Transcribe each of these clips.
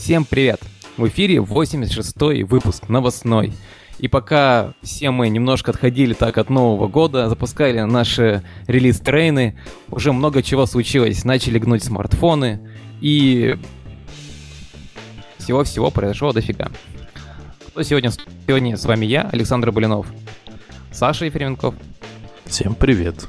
Всем привет! В эфире 86-й выпуск, новостной. И пока все мы немножко отходили так от Нового года, запускали наши релиз-трейны, уже много чего случилось. Начали гнуть смартфоны, и всего-всего произошло дофига. Кто сегодня с вами я, Александр Булинов, Саша Ефременков. Всем привет.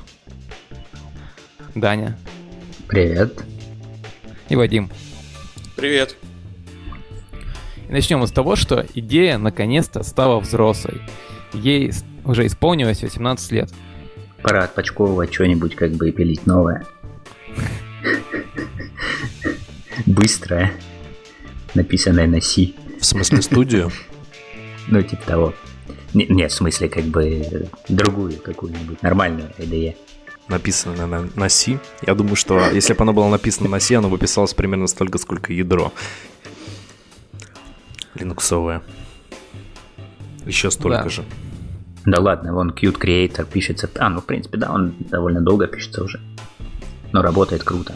Даня. Привет. И Вадим. Привет. И начнем мы с того, что идея наконец-то стала взрослой. Ей уже исполнилось 18 лет. Пора отпочковывать что-нибудь, как бы, и пилить новое. Быстрое. Написанное на C. В смысле студию? Ну, типа того. Нет, в смысле, как бы, другую какую-нибудь, нормальную IDE. Написано на C. Я думаю, что если бы оно было написано на C, оно бы писалось примерно столько, сколько ядро. Линуксовое. Еще столько же. Да ладно, вон Qt Creator пишется. Ну, в принципе, да, он довольно долго пишется уже. Но работает круто.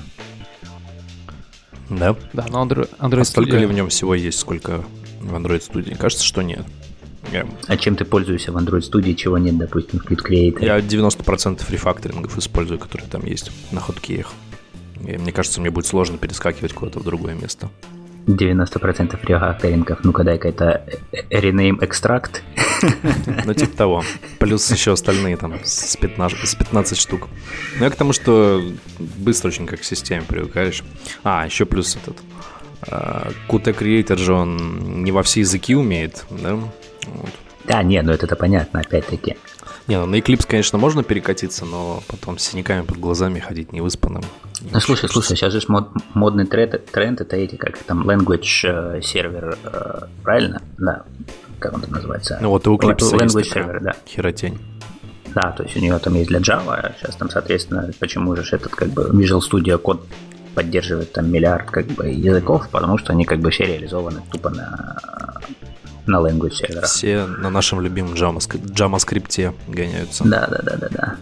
Да? Да, но Android столько Studio... ли в нем всего есть, сколько в Android Studio? Кажется, что нет. А чем ты пользуешься в Android Studio, чего нет, допустим, в Qt Creator? Я 90% рефакторингов использую, которые там есть на хоткеях. И мне кажется, мне будет сложно перескакивать куда-то в другое место. 90% рефакторингов. Ну-ка, дай-ка это rename extract. Ну, типа того. Плюс еще остальные там с 15 штук. Ну, я к тому, что быстро очень как к системе привыкаешь. Еще плюс этот Qt Creator же он не во все языки умеет, да? Вот. Да, не, ну это понятно, опять-таки. Не, ну на Eclipse, конечно, можно перекатиться, но потом с синяками под глазами ходить невыспанным. Ну слушай, сейчас же модный тренд это эти, как там, language сервер, правильно? Да, как он там называется? Ну вот у Eclipse language есть такая сервер, да. Херотень. Да, то есть у нее там есть для Java, сейчас там, соответственно, почему же этот, как бы, Visual Studio Code поддерживает там миллиард, как бы, языков, потому что они, как бы, все реализованы тупо на language серверах. Все на нашем любимом JavaScript гоняются. Да.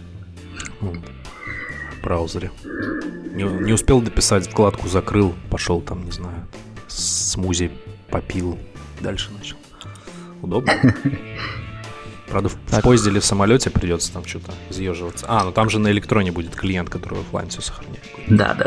В браузере. Не успел дописать, вкладку закрыл, пошел там, не знаю, смузи попил, дальше начал. Удобно. Правда, в поезде или в самолете придется там что-то изъеживаться. Ну там же на электроне будет клиент, который офлайн все сохраняет. Да.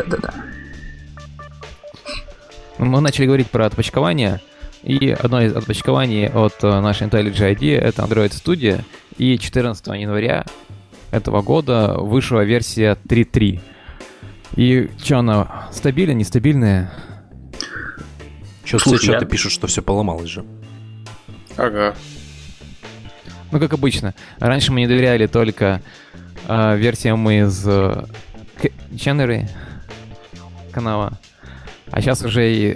Мы начали говорить про отпочкование. И одно из отпочкований от нашей IntelliJ IDEA — это Android Studio. И 14 января этого года вышла версия 3.3. И что, она стабильная, нестабильная? Что-то чаты пишут, что все поломалось же. Ага. Ну, как обычно. Раньше мы не доверяли только версиям из Canary канала. А сейчас уже и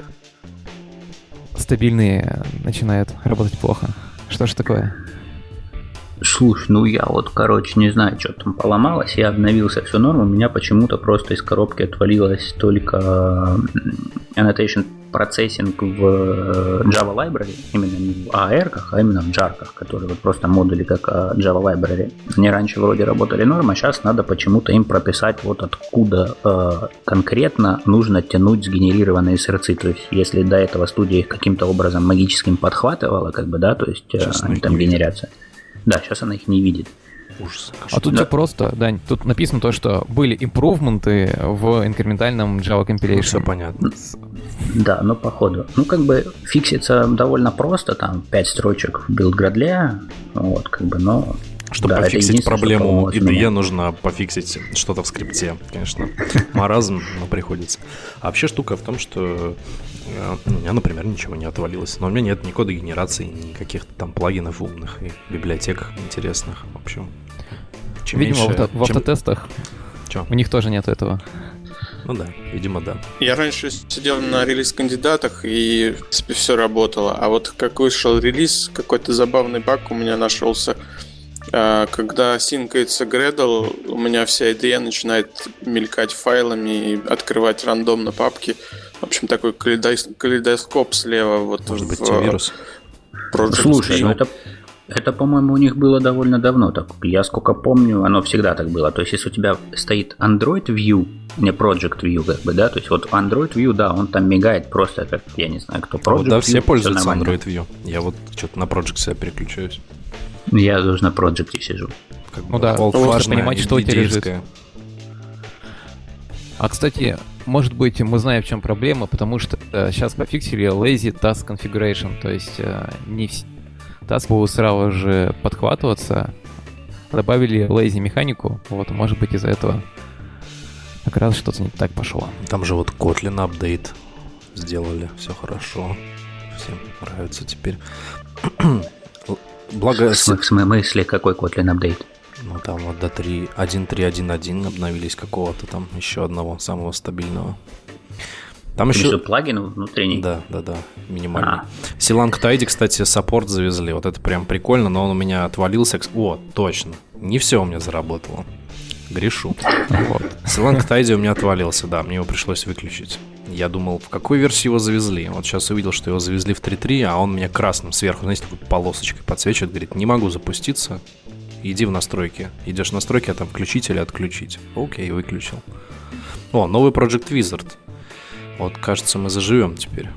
стабильные начинают работать плохо. Что ж такое? Слушай, я не знаю, что там поломалось. Я обновился, все норм. У меня почему-то просто из коробки отвалилось только annotation processing в Java Library. Именно не в AR-ках, а именно в jar-ках, которые просто модули как Java Library. Они раньше вроде работали норм, а сейчас надо почему-то им прописать откуда конкретно нужно тянуть сгенерированные срц. То есть, если до этого студия их каким-то образом магическим подхватывала, то есть они там генерятся. Да, сейчас она их не видит. Ужас. А тут все просто, Дань. Тут написано то, что были импрувменты в инкрементальном Java Compilation. Все понятно. Да, походу. Фиксится довольно просто, там 5 строчек в билд-градле, но... Чтобы пофиксить проблему IDE, нужно пофиксить что-то в скрипте. Конечно, маразм, но приходится. А вообще штука в том, что у меня, например, ничего не отвалилось. Но у меня нет ни кода генерации, ни каких-то там плагинов умных и библиотек интересных. В общем, видимо, в автотестах у них тоже нет этого. Ну да, видимо, да. Я раньше сидел на релиз-кандидатах, и, в принципе, все работало. А вот как вышел релиз, какой-то забавный баг у меня нашелся. Когда синкается Gradle, у меня вся IDE начинает мелькать файлами и открывать рандомно папки. В общем, такой калейдоскоп слева. Может быть, вирус? Слушай, Это, по-моему, у них было довольно давно. Так, я сколько помню, оно всегда так было. То есть, если у тебя стоит Android View, не Project View, как бы, да, то есть вот Android View, да, он там мигает просто, как, я не знаю, кто Project View. Да, все пользуются Android View. Я вот что-то на Project себя переключаюсь. Я тоже на Project сижу. Ну да, важно понимать, что у тебя лежит. А, кстати, может быть, мы знаем, в чем проблема, потому что сейчас пофиксили Lazy Task Configuration, то есть не все таски будут сразу же подхватываться, добавили Lazy механику, вот, может быть, из-за этого как раз что-то не так пошло. Там же вот Kotlin апдейт сделали, все хорошо, всем нравится теперь. Благо... В смысле, какой Kotlin апдейт? Ну, там вот до 1.3.1.1 обновились какого-то там еще одного самого стабильного. Там еще плагин внутренний? Да, минимальный. Силанг Tidy, кстати, саппорт завезли. Вот это прям прикольно, но он у меня отвалился. О, точно. Не все у меня заработало. Грешу. Силанг Tidy у меня отвалился, да, мне его пришлось выключить. Я думал, в какой версии его завезли. Вот сейчас увидел, что его завезли в 3.3, а он меня красным сверху, знаете, такой полосочкой подсвечивает. Говорит, не могу запуститься. Иди в настройки. Идешь в настройки, а там включить или отключить. Окей, выключил. О, новый Project Wizard. Вот, кажется, мы заживем теперь.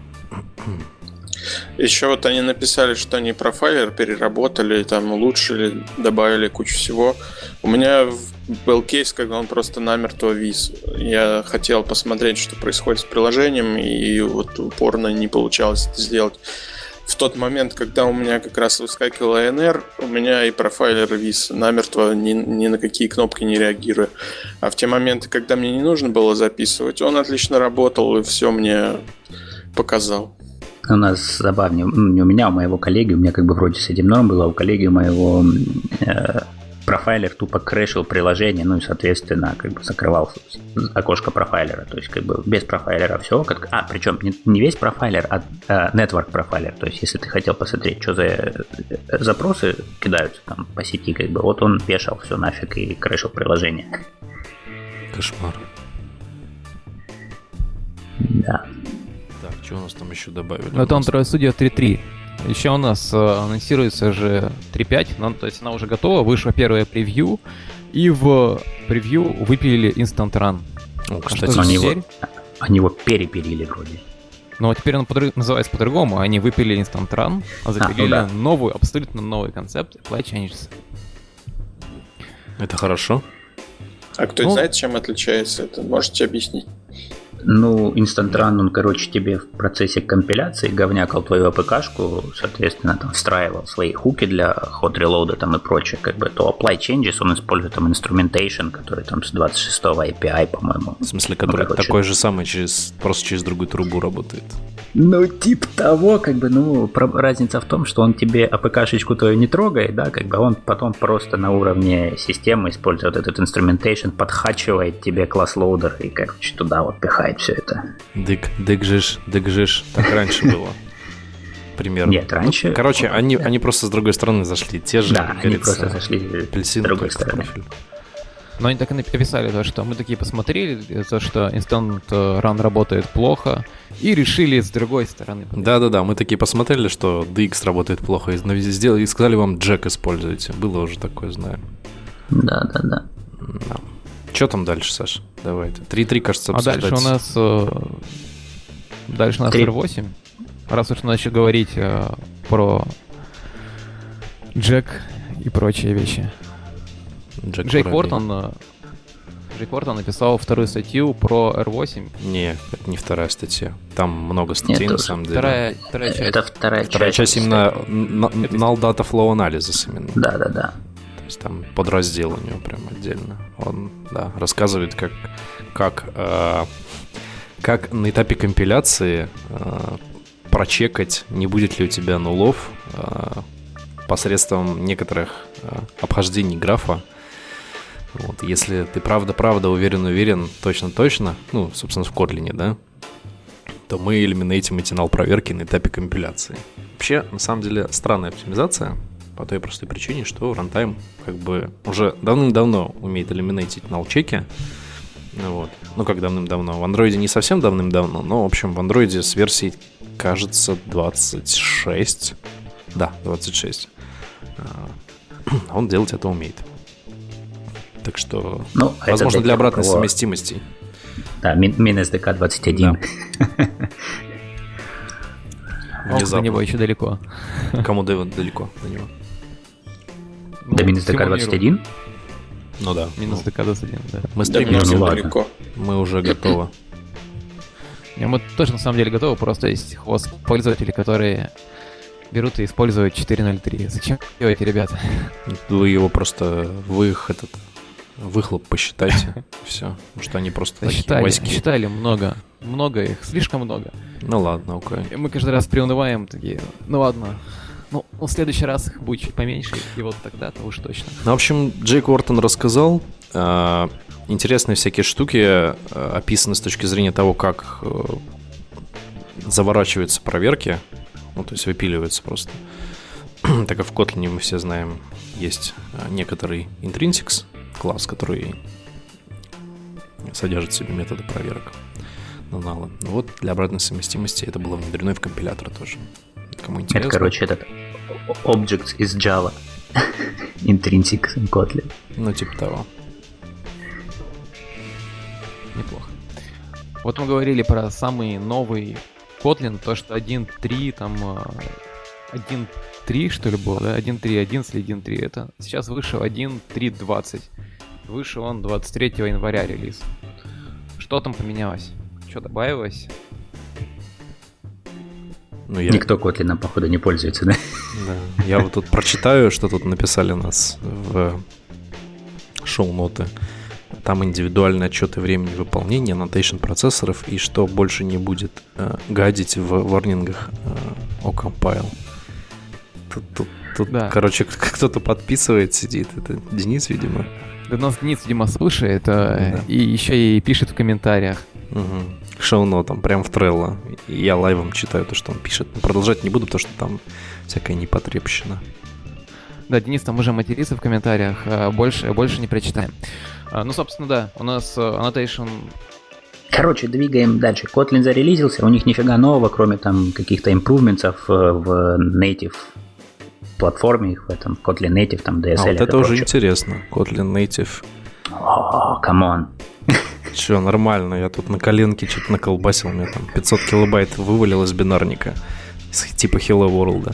Еще вот они написали, что они профайлер переработали, там улучшили, добавили кучу всего. У меня был кейс, когда он просто намертво вис. Я хотел посмотреть, что происходит с приложением, и вот упорно не получалось это сделать. В тот момент, когда у меня как раз выскакивал ANR, у меня и профайлер вис намертво, ни на какие кнопки не реагируя. А в те моменты, когда мне не нужно было записывать, он отлично работал и все мне показал. У нас забавнее, не у меня, а у моего коллеги, у меня как бы вроде с этим норм было, а у коллеги моего профайлер тупо крэшил приложение, ну и, соответственно, как бы закрывал окошко профайлера. То есть, как бы без профайлера все. Причем не весь профайлер, а network профайлер. То есть, если ты хотел посмотреть, что за запросы кидаются там по сети, как бы, вот он вешал все нафиг и крэшил приложение. Кошмар. Да. Так, что у нас там еще добавили? Ну, это Android Studio 3.3. Еще у нас анонсируется же 3.5, то есть она уже готова, вышло первое превью, и в превью выпилили Instant Run. Кстати, они его перепилили вроде. Но теперь он называется по-другому, они выпилили Instant Run, а запилили новую, абсолютно новый концепт Apply Changes. Это хорошо. А кто знает, чем отличается это? Можете объяснить? Ну, Instant Run, он, короче, тебе в процессе компиляции говнякал твою APK-шку, соответственно, там встраивал свои хуки для hot reload там и прочее, как бы, то Apply Changes он использует там instrumentation, который там с 26-го API, по-моему. В смысле, который такой же самый, просто через другую трубу работает? Ну, типа того, как бы, разница в том, что он тебе APK-шечку твою не трогает, да, как бы, он потом просто на уровне системы использует этот instrumentation, подхачивает тебе класс-лоудер и, короче, туда вот пихает все это. Дык-жиш, так раньше было. Примерно. Нет, раньше... Короче, они просто с другой стороны зашли. Те же, да, они просто зашли с другой стороны. Но они так и написали, то, что мы такие посмотрели, то, что Instant Run работает плохо, и решили с другой стороны. Да-да-да, мы такие посмотрели, что DX работает плохо, и сказали вам Jack используйте. Было уже такое, знаем. Да. Что там дальше, Саш? Давай. 3.3, кажется, обсуждать. А дальше у нас R8. Раз уж начали говорить про Jack и прочие вещи. Джейк Уортон написал вторую статью про R8. Не, это не вторая статья. Там много статей, на самом деле. Вторая часть. Это вторая часть именно null data flow анализис именно. Да. То есть там подраздел у него прям отдельно. Он, рассказывает, как на этапе компиляции прочекать, не будет ли у тебя нулов посредством некоторых обхождений графа. Вот, если ты правда уверен, точно, ну, собственно, в Kotlin, да, то мы элиминейтим эти null-проверки на этапе компиляции. Вообще, на самом деле, странная оптимизация по той простой причине, что Runtime как бы уже давным-давно умеет элиминейтить null-чеки. Вот. Ну, как давным-давно. В Android не совсем давным-давно, но, в общем, в Android с версией, кажется, 26. Да, 26. он делать это умеет. Так что, Ну, возможно, это для обратной кого? совместимости. Да, MinSDK 21. До Внезапно. него еще далеко. Кому далеко до него? До Ну, MinSDK всему миру. 21? Ну да. Минус ДК 21, да. Мы Да стремимся, мне ну ладно. далеко. мы уже готовы. Не, мы тоже на самом деле готовы, просто есть хвост пользователей, которые берут и используют 4.0.3. Зачем делаете, ребята? Вы его просто, вы их выхлоп посчитайте. Все. Потому что они просто такие васьки. Считали много их, слишком много. Ну ладно, окей. И мы каждый раз приунываем, такие, ну ладно, ну в следующий раз их будет чуть поменьше, и вот тогда-то уж точно. Ну, в общем, Джейк Уортон рассказал. Интересные всякие штуки описаны с точки зрения того, как заворачиваются проверки. Ну, то есть выпиливаются просто. Так как в Kotlin мы все знаем, есть некоторый intrinsics класс, который содержит в себе методы проверок. Ну, вот для обратной совместимости это было внедрено и в компилятор тоже. Кому интересно. Это, короче, этот Objects из Java. Intrinsic Kotlin. Ну, типа того. Неплохо. Вот мы говорили про самый новый Kotlin, то, что 1.3, там 1.3, что ли, было, да? 1.3.11 или 1.3. Это сейчас вышел 1.3.20. Вышел он 23 января релиз. Что там поменялось? Что добавилось? Ну, я... Никто Kotlin, походу, не пользуется, да? Да. Я вот тут прочитаю, что тут написали нас в шоу-ноты. Там индивидуальные отчеты времени выполнения, annotation процессоров и что больше не будет гадить в ворнингах о compile. Тут Да. короче, кто-то подписывает, сидит. Это Денис, видимо. Да нас Денис, видимо, слушает, Да. и еще и пишет в комментариях. Угу. К шоу-нотам, прям в Trello. И я лайвом читаю то, что он пишет. Но продолжать не буду, потому что там всякая непотребщина. Да, Денис там уже матерится в комментариях, больше не прочитаем. Ну, собственно, да, у нас annotation... Короче, двигаем дальше. Kotlin зарелизился, у них нифига нового, кроме там каких-то импрувментсов в native платформе, их в этом Kotlin Native, там DSL. А вот и это уже прочее. интересно. Kotlin Native. О, камон. Че, нормально, я тут на коленке что-то наколбасил, у меня там 500 килобайт вывалилось бинарника, типа Hello World.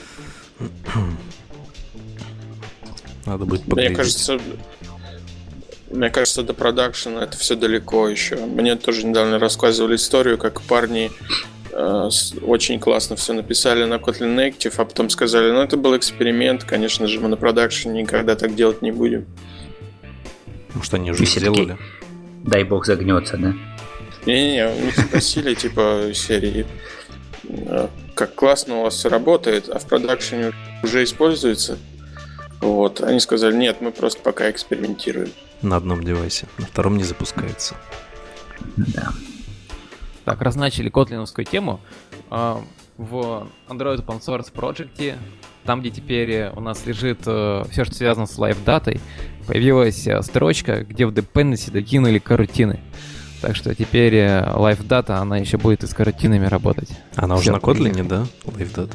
Надо будет поглядеть. Мне кажется, до продакшена это все далеко еще. Мне тоже недавно рассказывали историю, как парни очень классно все написали на Kotlin Native, а потом сказали, ну это был эксперимент, конечно же, мы на продакшене никогда так делать не будем. Может, они уже И все сделали? такие, дай бог загнется, да? Не-не-не, у них спросили, типа, серии, как классно у вас все работает, а в продакшене уже используется. Вот, они сказали, нет, мы просто пока экспериментируем. На одном девайсе, на втором не запускается. Да. Так, раз начали котлиновскую тему, в Android Open Source Project, там, где теперь у нас лежит все, что связано с лайв-датой, появилась строчка, где в dependency докинули карутины. Так что теперь лайв-дата, она еще будет и с карутинами работать. Она уже Всё, на Kotlin, поехали. да? LiveData.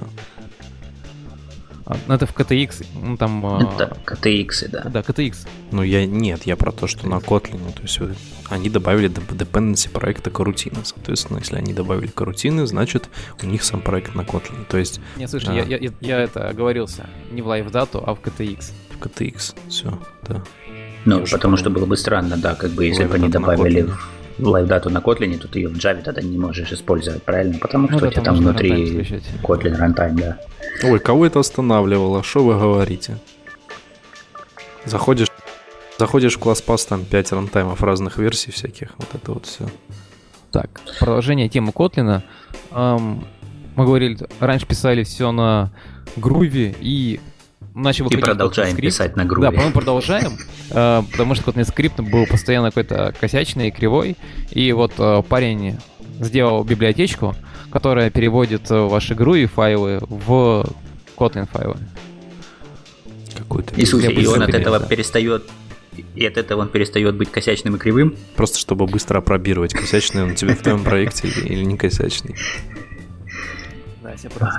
Ну, это в KTX, ну там... Это KTX, да. Да, KTX. Ну, я про то, что на Kotlin, то есть они добавили dependency проекта карутины. Соответственно, если они добавили карутины, значит, у них сам проект на Kotlin. То есть... Не, слушай, я это оговорился. Не в лайв-дату, а в KTX. В KTX, все, да. Ну, Я уже потому понял. что было бы странно, да, как бы, если бы они Live-дату на добавили Kotlin. лайв-дату на Kotlin, то ты ее в Java тогда не можешь использовать, правильно? Потому что Ну да, у тебя там там нужно runtime внутри включать. Kotlin runtime, да. Ой, кого это останавливало? Что вы говорите? Заходишь в ClassPass, там 5 рантаймов разных версий всяких, вот это вот все. Так, продолжение темы Kotlin. Мы говорили, раньше писали все на Groovy и начал И выходить продолжаем Kotlin скрипт. писать на Да, Groovy. по-моему, продолжаем, потому что Kotlin скрипт был постоянно какой-то косячный и кривой. И вот парень сделал библиотечку, которая переводит ваши Groovy файлы в Kotlin файлы. Какой-то. И слушай, и он от Пример, этого да. перестает... И от этого он перестает быть косячным и кривым. Просто чтобы быстро опробировать, косячный он тебе в твоем проекте или не косячный. Да, все просто.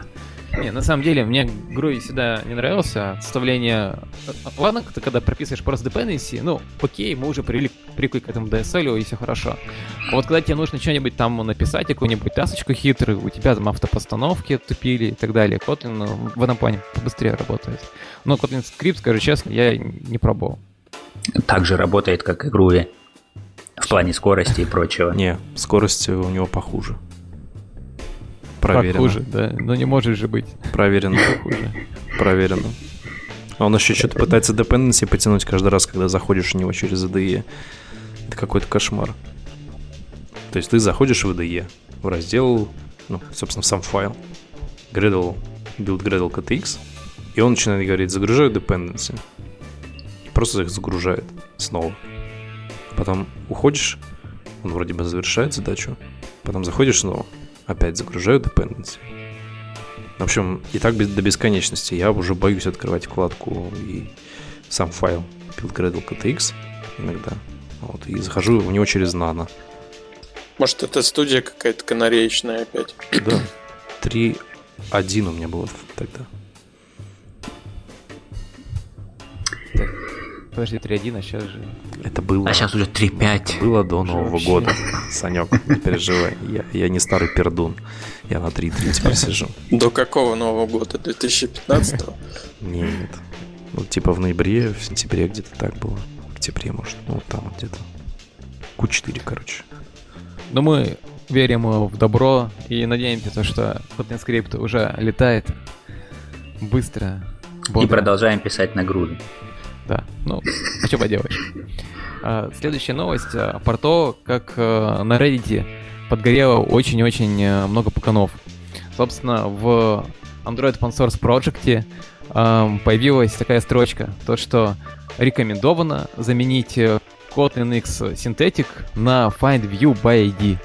Не, на самом деле, мне Groovy всегда не нравился. Составление... Ладно, ты когда прописываешь просто dependency, ну, окей, мы уже привыкли к этому DSL, и все хорошо. А вот когда тебе нужно что-нибудь там написать, какую-нибудь тасочку хитрую, у тебя там автопостановки тупили и так далее. Kotlin в этом плане побыстрее работает. Но Kotlin Script, скажу честно, я не пробовал. Так же работает, как и Groovy. В плане скорости и прочего. Не, скорость у него похуже. Проверено. Похуже, да? Но не может же быть. Проверено. Хуже. Проверено. А он еще что-то пытается dependency потянуть каждый раз, когда заходишь в него через IDE. Это какой-то кошмар. То есть ты заходишь в IDE, в раздел, ну, собственно, в сам файл, Gradle, build Gradle KTX, и он начинает говорить, загружаю dependency. И просто их загружает снова. Потом уходишь, он вроде бы завершает задачу, потом заходишь снова, опять загружаю dependency. В общем, и так до бесконечности. Я уже боюсь открывать вкладку и сам файл build Gradle KTX иногда. Вот, и захожу в него через Nano. Может, это студия какая-то канареечная опять? Да, 3.1 у меня было тогда. Подожди, 3.1, а сейчас же... Это было... А сейчас уже 3.5. Было до Нового года, Санек, не переживай. Я не старый пердун. Я на 3.3 теперь сижу. До какого Нового года? 2015-го? Нет. Ну, типа в ноябре, в сентябре где-то так было. В октябре, может. Ну, вот там вот где-то. Q4, короче. Но мы верим в добро и надеемся, что Kotlin Script уже летает быстро. И продолжаем писать на Groovy. Да, ну, а что поделаешь. Следующая новость про то, как на Reddit подгорело очень-очень много пуканов. Собственно, в Android Open Source Project появилась такая строчка, то что рекомендовано заменить Kotlin X Synthetic на Find View by ID.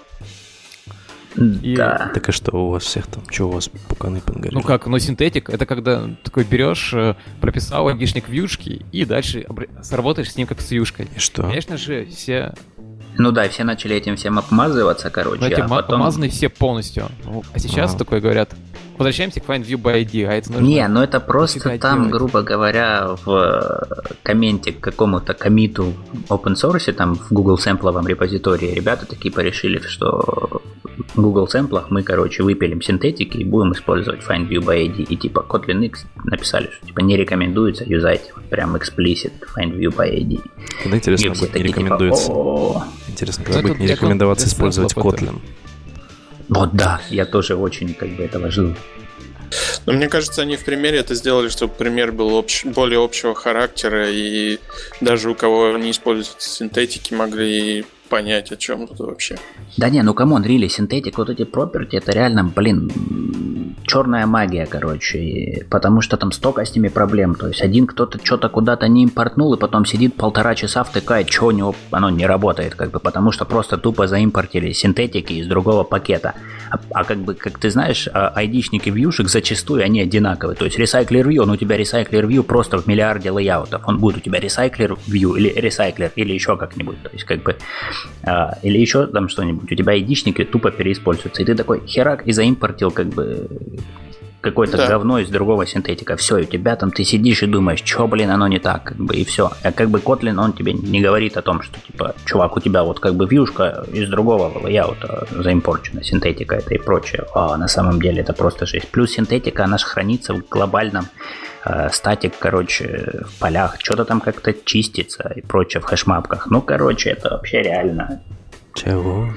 Да. Так и что у вас всех там? Что у вас пуканы подгорели? Ну как, ну синтетик, это когда такой берешь, прописал айдишник вьюшки и дальше сработаешь с ним как с вьюшкой. И что? Конечно же, все... Ну да, все начали этим всем обмазываться, короче. Но эти а потом... обмазаны все полностью. А сейчас такое говорят. Возвращаемся к Find View by ID, а это нужно... Не, ну это просто там, делать. грубо говоря, в комменте к какому-то коммиту open source, там в Google сэмпловом репозитории, ребята такие порешили, что в Google сэмплах мы, короче, выпилим синтетики и будем использовать Find View by ID. И типа Kotlin X написали, что типа не рекомендуется юзать прям explicit Find View by ID. Когда, интересно, будет не рекомендуется? Интересно, когда будет не рекомендоваться использовать Kotlin? Вот да, я тоже очень как бы этого жду. Но мне кажется, они в примере это сделали, чтобы пример был более общего характера, и даже у кого не используются синтетики, могли понять, о чем тут вообще. Да не, ну камон, рили, синтетик, вот эти property, это реально, блин, черная магия, короче, потому что там столько с ними проблем, то есть один кто-то что-то куда-то не импортнул, и потом сидит 1,5 часа втыкает, что у него оно не работает, как бы, потому что просто тупо заимпортили синтетики из другого пакета, а как бы, как ты знаешь, айдишники вьюшек зачастую они одинаковые, то есть recycler view, он у тебя recycler view просто в миллиарде лейаутов, он будет у тебя recycler view или recycler, или еще как-нибудь, то есть как бы или еще там что-нибудь, у тебя айдишники тупо переиспользуются, и ты такой херак и заимпортил как бы какое-то говно из другого синтетика, все, и у тебя там ты сидишь и думаешь, что, блин, оно не так, как бы, и все, а как бы Kotlin, он тебе не говорит о том, что, типа, чувак, у тебя вот как бы вьюшка из другого лейаута заимпорчена, синтетика это и прочее, а на самом деле это просто жесть, плюс синтетика, она же хранится в глобальном статик, короче, в полях, что-то там как-то чистится и прочее в хэшмапках. Ну, короче, это вообще реально. Чего?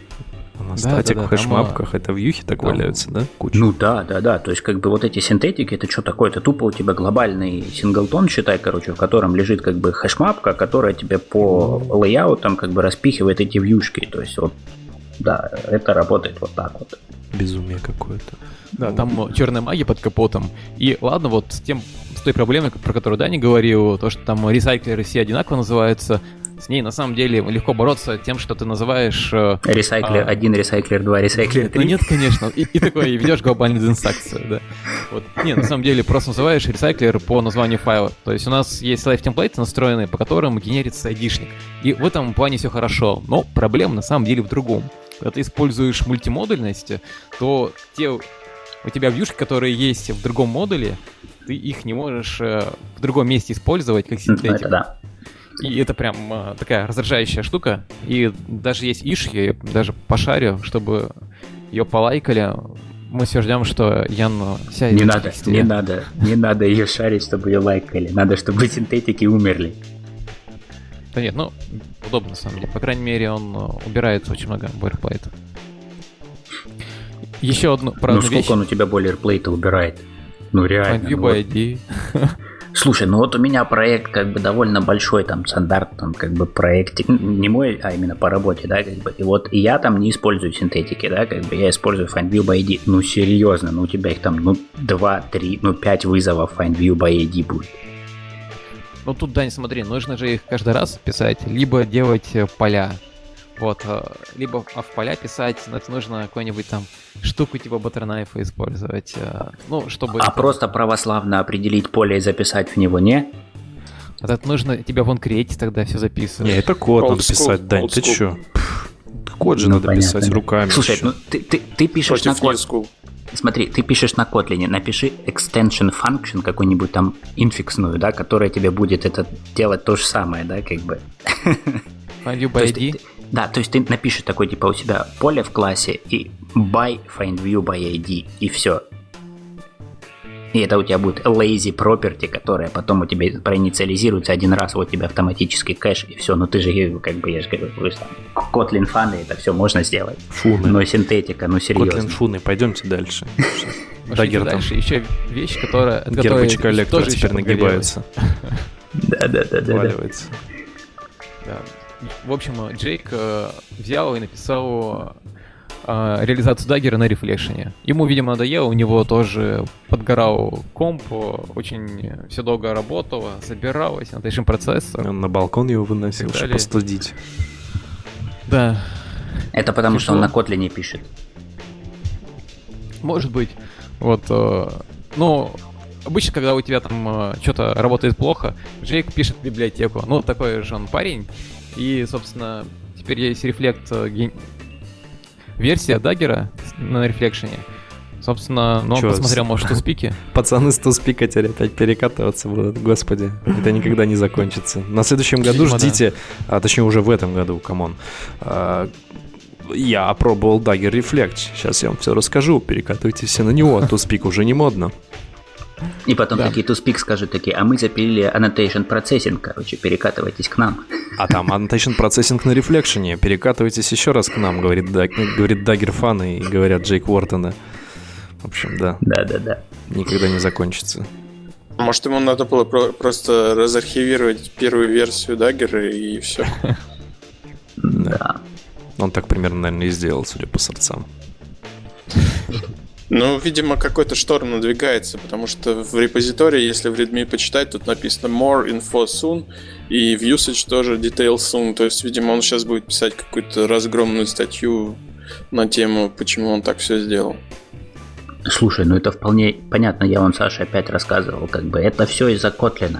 На статик в хэшмапках, это вьюхи так валяются, да? Куча. Ну да. То есть, как бы вот эти синтетики, это что такое? Это тупо у тебя глобальный синглтон, считай, короче, в котором лежит как бы хэшмапка, которая тебе по лейаутам как бы распихивает эти вьюшки. То есть, вот, да, это работает вот так вот. Безумие какое-то. Да, там черная магия под капотом. И ладно, вот с той проблемой, про которую Даня говорил, то, что там ресайклеры все одинаково называются, с ней на самом деле легко бороться тем, что ты называешь... Ресайклер 1, ресайклер 2, ресайклер 3. Ну нет, конечно. И такое, и ведешь глобальную дезинсакцию, да. Вот. Нет, на самом деле просто называешь ресайклер по названию файла. То есть у нас есть лайф-темплейты настроенные, по которым генерится айдишник. И в этом плане все хорошо. Но проблема на самом деле в другом. Когда ты используешь мультимодульность, то те у тебя вьюшки, которые есть в другом модуле, ты их не можешь в другом месте использовать, как синтетик. Это да. И это прям такая раздражающая штука. И даже есть иш, я ее даже пошарю, чтобы ее полайкали. Мы все ждем, что Ян сядет. Не надо ее шарить, чтобы ее лайкали. Надо, чтобы синтетики умерли. Да нет, ну, удобно на самом деле. По крайней мере, он убирает очень много бойлерплейта. Еще одну вещь. Сколько он у тебя бойлерплейта убирает? Ну реально. FindView by ID. Слушай, ну вот у меня проект как бы довольно большой, там стандарт, там как бы проектик, не мой, а именно по работе, да, как бы. И вот я там не использую синтетики, да, как бы я использую FindView by ID. Ну серьезно, ну у тебя их там, 2, 3, 5 вызовов FindView by ID будет. Ну тут, Дань, смотри, нужно же их каждый раз писать, либо делать поля. Вот, либо в поля писать, но это нужно какую-нибудь там штуку типа баттернайфа использовать, ну, чтобы... А просто православно определить поле и записать в него, не? Вот это нужно тебе вон креатить тогда все записывать. Не, это код надо писать, Дань, ты чё? Код же надо писать руками. Слушай, ну ты пишешь на код... Смотри, ты пишешь на Kotlin, напиши extension function какую-нибудь там инфиксную, да, которая тебе будет это делать то же самое, да, как бы. FindView by ID? Да, то есть ты напишешь такой, типа, у себя поле в классе и by FindView by ID, и все. И это у тебя будет lazy property, которая потом у тебя проинициализируется один раз, вот у тебя автоматический кэш, и все. Ну ты же, как бы, я же говорю, Kotlin фаны, это все можно сделать. Фуны. Но синтетика, ну серьезно. Kotlin фуны, пойдемте дальше. Даггер дальше. Еще вещь, которая... Гербочек коллектор теперь нагибается. Да. Валивается. В общем, Джейк взял и написал реализацию Dagger на рефлекшене. Ему, видимо, надоело, у него тоже подгорал комп, очень все долго работало, собиралось, annotation процессор. Он на балкон его выносил, чтобы остудить. Да. Это потому, что он на Kotlin пишет. Может быть. Вот, ну, обычно, когда у тебя там что-то работает плохо, Джейк пишет библиотеку. Ну, такой же он парень. И, собственно, теперь есть Reflect версия Dagger на рефлекшене. Собственно, он посмотрел, может, туспики. Пацаны с туспика теперь опять перекатываться будут. Господи, это никогда не закончится. На следующем году ждите, точнее уже в этом году, камон. Я опробовал Dagger Reflect. Сейчас я вам все расскажу. Перекатывайте все на него. Туспик уже не модно. И потом такие туспик скажут такие, а мы запилили annotation processing, короче, перекатывайтесь к нам. А там annotation processing на рефлекшене, перекатывайтесь еще раз к нам, говорит Dagger фаны и говорят Джейк Уортона. В общем, да. Да. Никогда не закончится. Может, ему надо было просто разархивировать первую версию Dagger и все. Да. Он так примерно, наверное, и сделал, судя по сорцам. Ну, видимо, какой-то шторм надвигается, потому что в репозитории, если в readme почитать, тут написано more info soon, и в usage тоже details soon, то есть, видимо, он сейчас будет писать какую-то разгромную статью на тему, почему он так все сделал. Слушай, ну это вполне понятно, я вон Саше опять рассказывал, как бы это все из-за Котлина.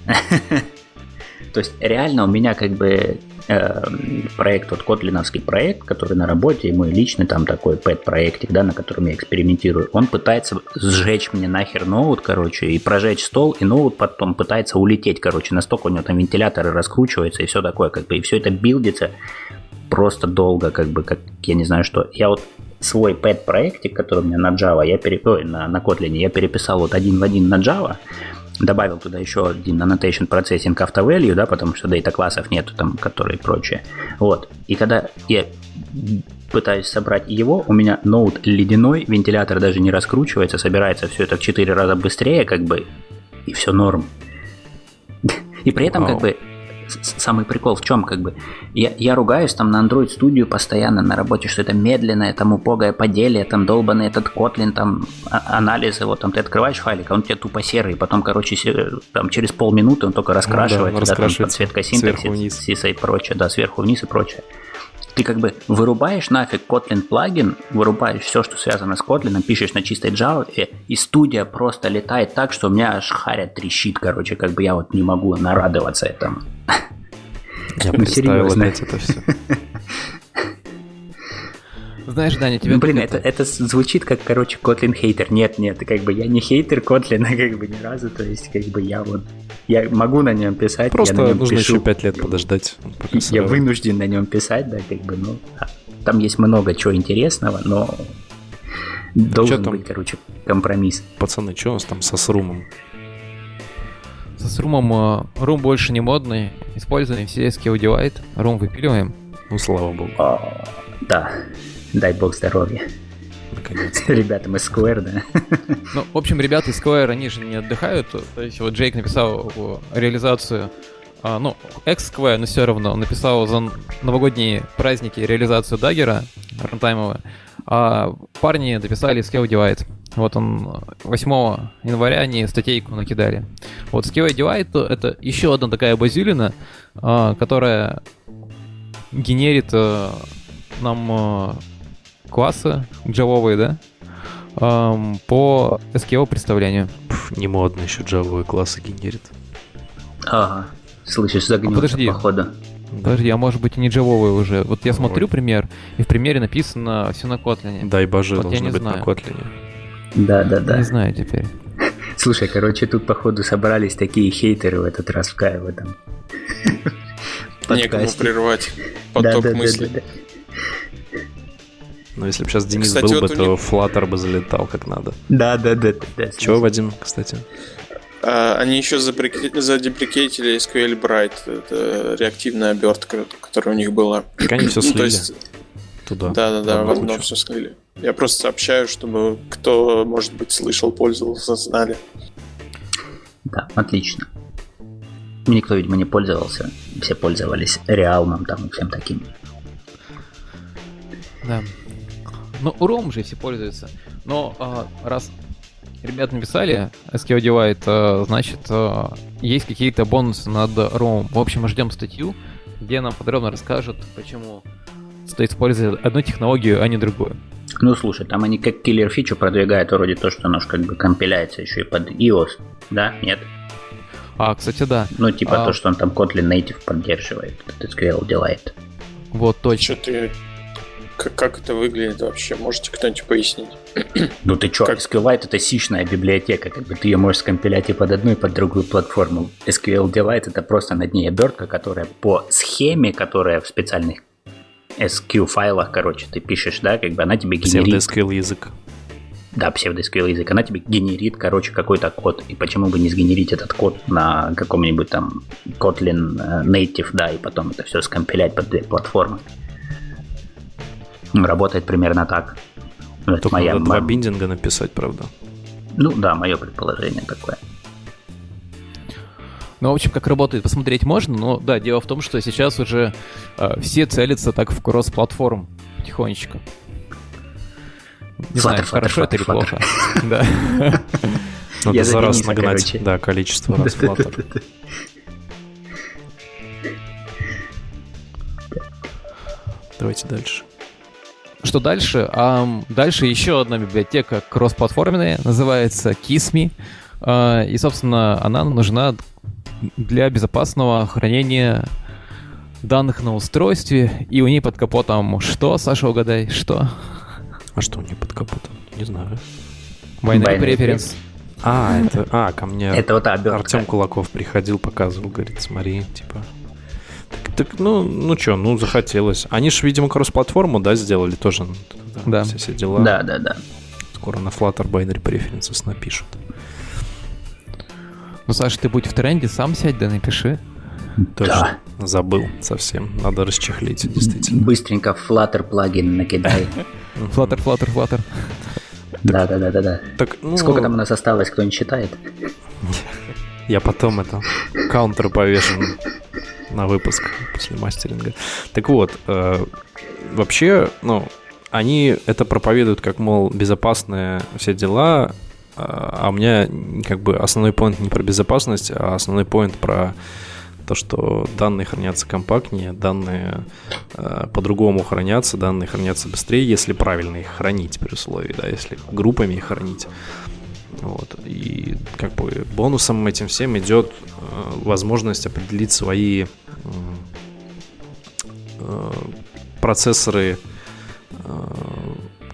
То есть реально у меня как бы проект, вот котлиновский проект, который на работе, и мой личный там такой пэт-проектик, да, на котором я экспериментирую, он пытается сжечь мне нахер ноут, короче, и прожечь стол, и ноут потом пытается улететь, короче, настолько у него там вентиляторы раскручиваются и все такое, как бы, и все это билдится просто долго, как бы, как я не знаю что. Я вот свой пэт-проектик, который у меня на Java, на Kotlin, я переписал вот один в один на Java, добавил туда еще один annotation processing auto-value, да, потому что дейта-классов нету там, которые прочее. Вот. И когда я пытаюсь собрать его, у меня ноут ледяной, вентилятор даже не раскручивается, собирается все это в 4 раза быстрее, как бы, и все норм. И при этом, как бы, самый прикол в чем, как бы, я ругаюсь там на Android Studio постоянно на работе, что это медленное, там убогое поделие, там долбанный этот Kotlin, там анализы, вот там ты открываешь файлик, а он у тебя тупо серый, потом, короче, там через полминуты он только раскрашивается, да, там подсветка синтаксиса и прочее, да, сверху вниз и прочее. Ты как бы вырубаешь нафиг Kotlin плагин, вырубаешь все, что связано с Kotlin, пишешь на чистой Java, и студия просто летает так, что у меня аж харя трещит, короче, как бы я вот не могу нарадоваться этому. Я представил опять это все. Знаешь, Даня, тебе... Ну, блин, это звучит как, короче, Kotlin хейтер. Нет, как бы я не хейтер Kotlin, как бы ни разу, то есть, как бы я могу на нем писать. Просто я на нем нужно пишу, еще 5 лет подождать. Пока я вынужден на нем писать, да, как бы, ну, там есть много чего интересного, но должен быть, короче, компромисс. Пацаны, что у нас там со срумом? Со срумом рум больше не модный, используем все SQL Divide, рум выпиливаем. Ну, слава богу. Да, дай бог здоровья. Наконец-то. Ребятам из Square, да. Ну, в общем, ребята из Square, они же не отдыхают. То есть вот Джейк написал реализацию, X-Square, но все равно он написал за новогодние праздники реализацию даггера рантаймового, а парни дописали SQL Divide. Вот он 8 января они статейку накидали. Вот SQL Divide — это еще одна такая базюлина, которая генерит нам классы джавовые, да, по SQL представлению. Не модно еще джавовые классы генерит. Ага, слышишь, загнется, подожди. Походу. Подожди, а может быть и не джавовые уже. Вот я смотрю пример, и в примере написано все на Kotlin. Дай боже, вот должно быть на Kotlin. Да. Не знаю теперь. Слушай, короче, тут, походу, собрались такие хейтеры в этот раз в этом. Некому прервать поток мыслей. Да. Но если бы сейчас Денис был бы, то Flutter бы залетал как надо. Да. Чего, Вадим, кстати? Они еще задеприкейтили SQL Bright. Это реактивная обертка, которая у них была. Так они все слили туда. Да, в одно все слили. Я просто сообщаю, чтобы кто, может быть, слышал, пользовался, знали. Да, отлично. Никто, видимо, не пользовался. Все пользовались реалмом там и всем таким. Да. Ну, уром же все пользуются. Но раз ребята написали SQL Divide, значит, есть какие-то бонусы над ROM. В общем, мы ждем статью, где нам подробно расскажут, почему стоит использовать одну технологию, а не другую. Ну, слушай, там они как киллер-фичу продвигают вроде то, что оно как бы компиляется еще и под iOS, да? Нет? Кстати, да. Ну, типа то, что он там Kotlin Native поддерживает, этот SQL делает. Вот, точно. Что ты... Как это выглядит вообще? Можете кто-нибудь пояснить? Ну ты чё, SQLite — это сишная библиотека, как бы ты ее можешь скомпилять и под одну, и под другую платформу. SQL Divide — это просто над ней обертка, которая по схеме, которая в специальных SQ-файлах, короче, ты пишешь, да, как бы она тебе генерит... Pseudo-SQL язык. Да, pseudo-SQL язык. Она тебе генерит, короче, какой-то код. И почему бы не сгенерить этот код на каком-нибудь там Kotlin Native, да, и потом это все скомпилять под две платформы. Работает примерно так. Только надо два биндинга написать, правда? Ну да, мое предположение такое. Ну, в общем, как работает, посмотреть можно, но да, дело в том, что сейчас уже все целятся так в кросс-платформ потихонечку. Не знаю, хорошо это или плохо. Да. Надо за раз нагнать, да, количество раз Flutter. Давайте дальше. Что дальше? Дальше еще одна библиотека кроссплатформенная, называется Kiss Me. И, собственно, она нужна для безопасного хранения данных на устройстве. И у нее под капотом что, Саша, угадай, что? А что у нее под капотом? Не знаю. Binary Preference. Это ко мне это вот Артем Кулаков приходил, показывал, говорит, смотри, типа... Так, ну что, захотелось. Они же, видимо, кросс-платформу, да, сделали тоже. Да. Все дела. Да. Скоро на Flutter Binary Preferences напишут. Ну, Саша, ты будь в тренде, сам сядь, да напиши. Точно. Да. Забыл совсем. Надо расчехлить, действительно. Быстренько Flutter плагин накидай. Flutter. Да. Так, сколько там у нас осталось, кто-нибудь считает? Я потом каунтер повешу на выпуск после мастеринга. Так вот, вообще, они это проповедуют как, мол, безопасные все дела, а у меня как бы основной поинт не про безопасность, а основной поинт про то, что данные хранятся компактнее, данные по-другому хранятся, данные хранятся быстрее, если правильно их хранить при условии, да, если группами их хранить. Вот. И как бы бонусом этим всем идет возможность определить свои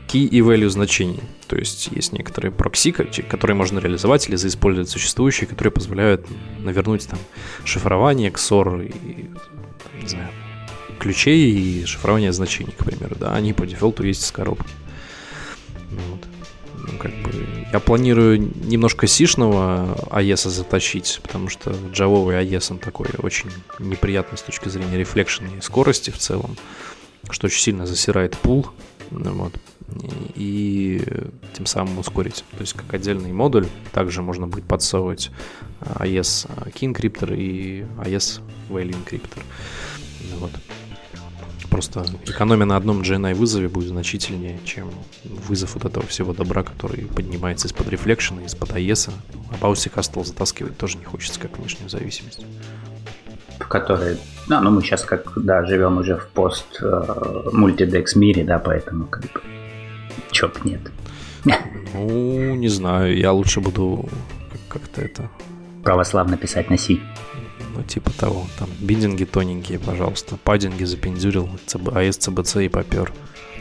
key и value значений. То есть есть некоторые прокси, которые можно реализовать или заиспользовать существующие, которые позволяют навернуть там шифрование, XOR и, не знаю, ключей и шифрование значений, к примеру. Да, они по дефолту есть из коробки. Вот. Ну, как бы я планирую немножко сишного AES заточить, потому что джавовый AES он такой очень неприятный с точки зрения рефлекшена и скорости в целом, что очень сильно засирает пул, вот, и тем самым ускорить. То есть как отдельный модуль также можно будет подсовывать AES Key Encryptor и AES Value Encryptor. Вот. Просто экономия на одном GNI вызове будет значительнее, чем вызов вот этого всего добра, который поднимается из-под рефлекшена, из-под AES. А Bouncy Castle затаскивать тоже не хочется, как внешнюю зависимость. Который, ну мы сейчас живем уже в пост-мультидекс мире, да, поэтому как бы чоп нет. Ну, не знаю, я лучше буду как-то это... православно писать на C. Ну, типа того. Там биндинги тоненькие, пожалуйста. Паддинги запендюрил, AES, CBC и попер.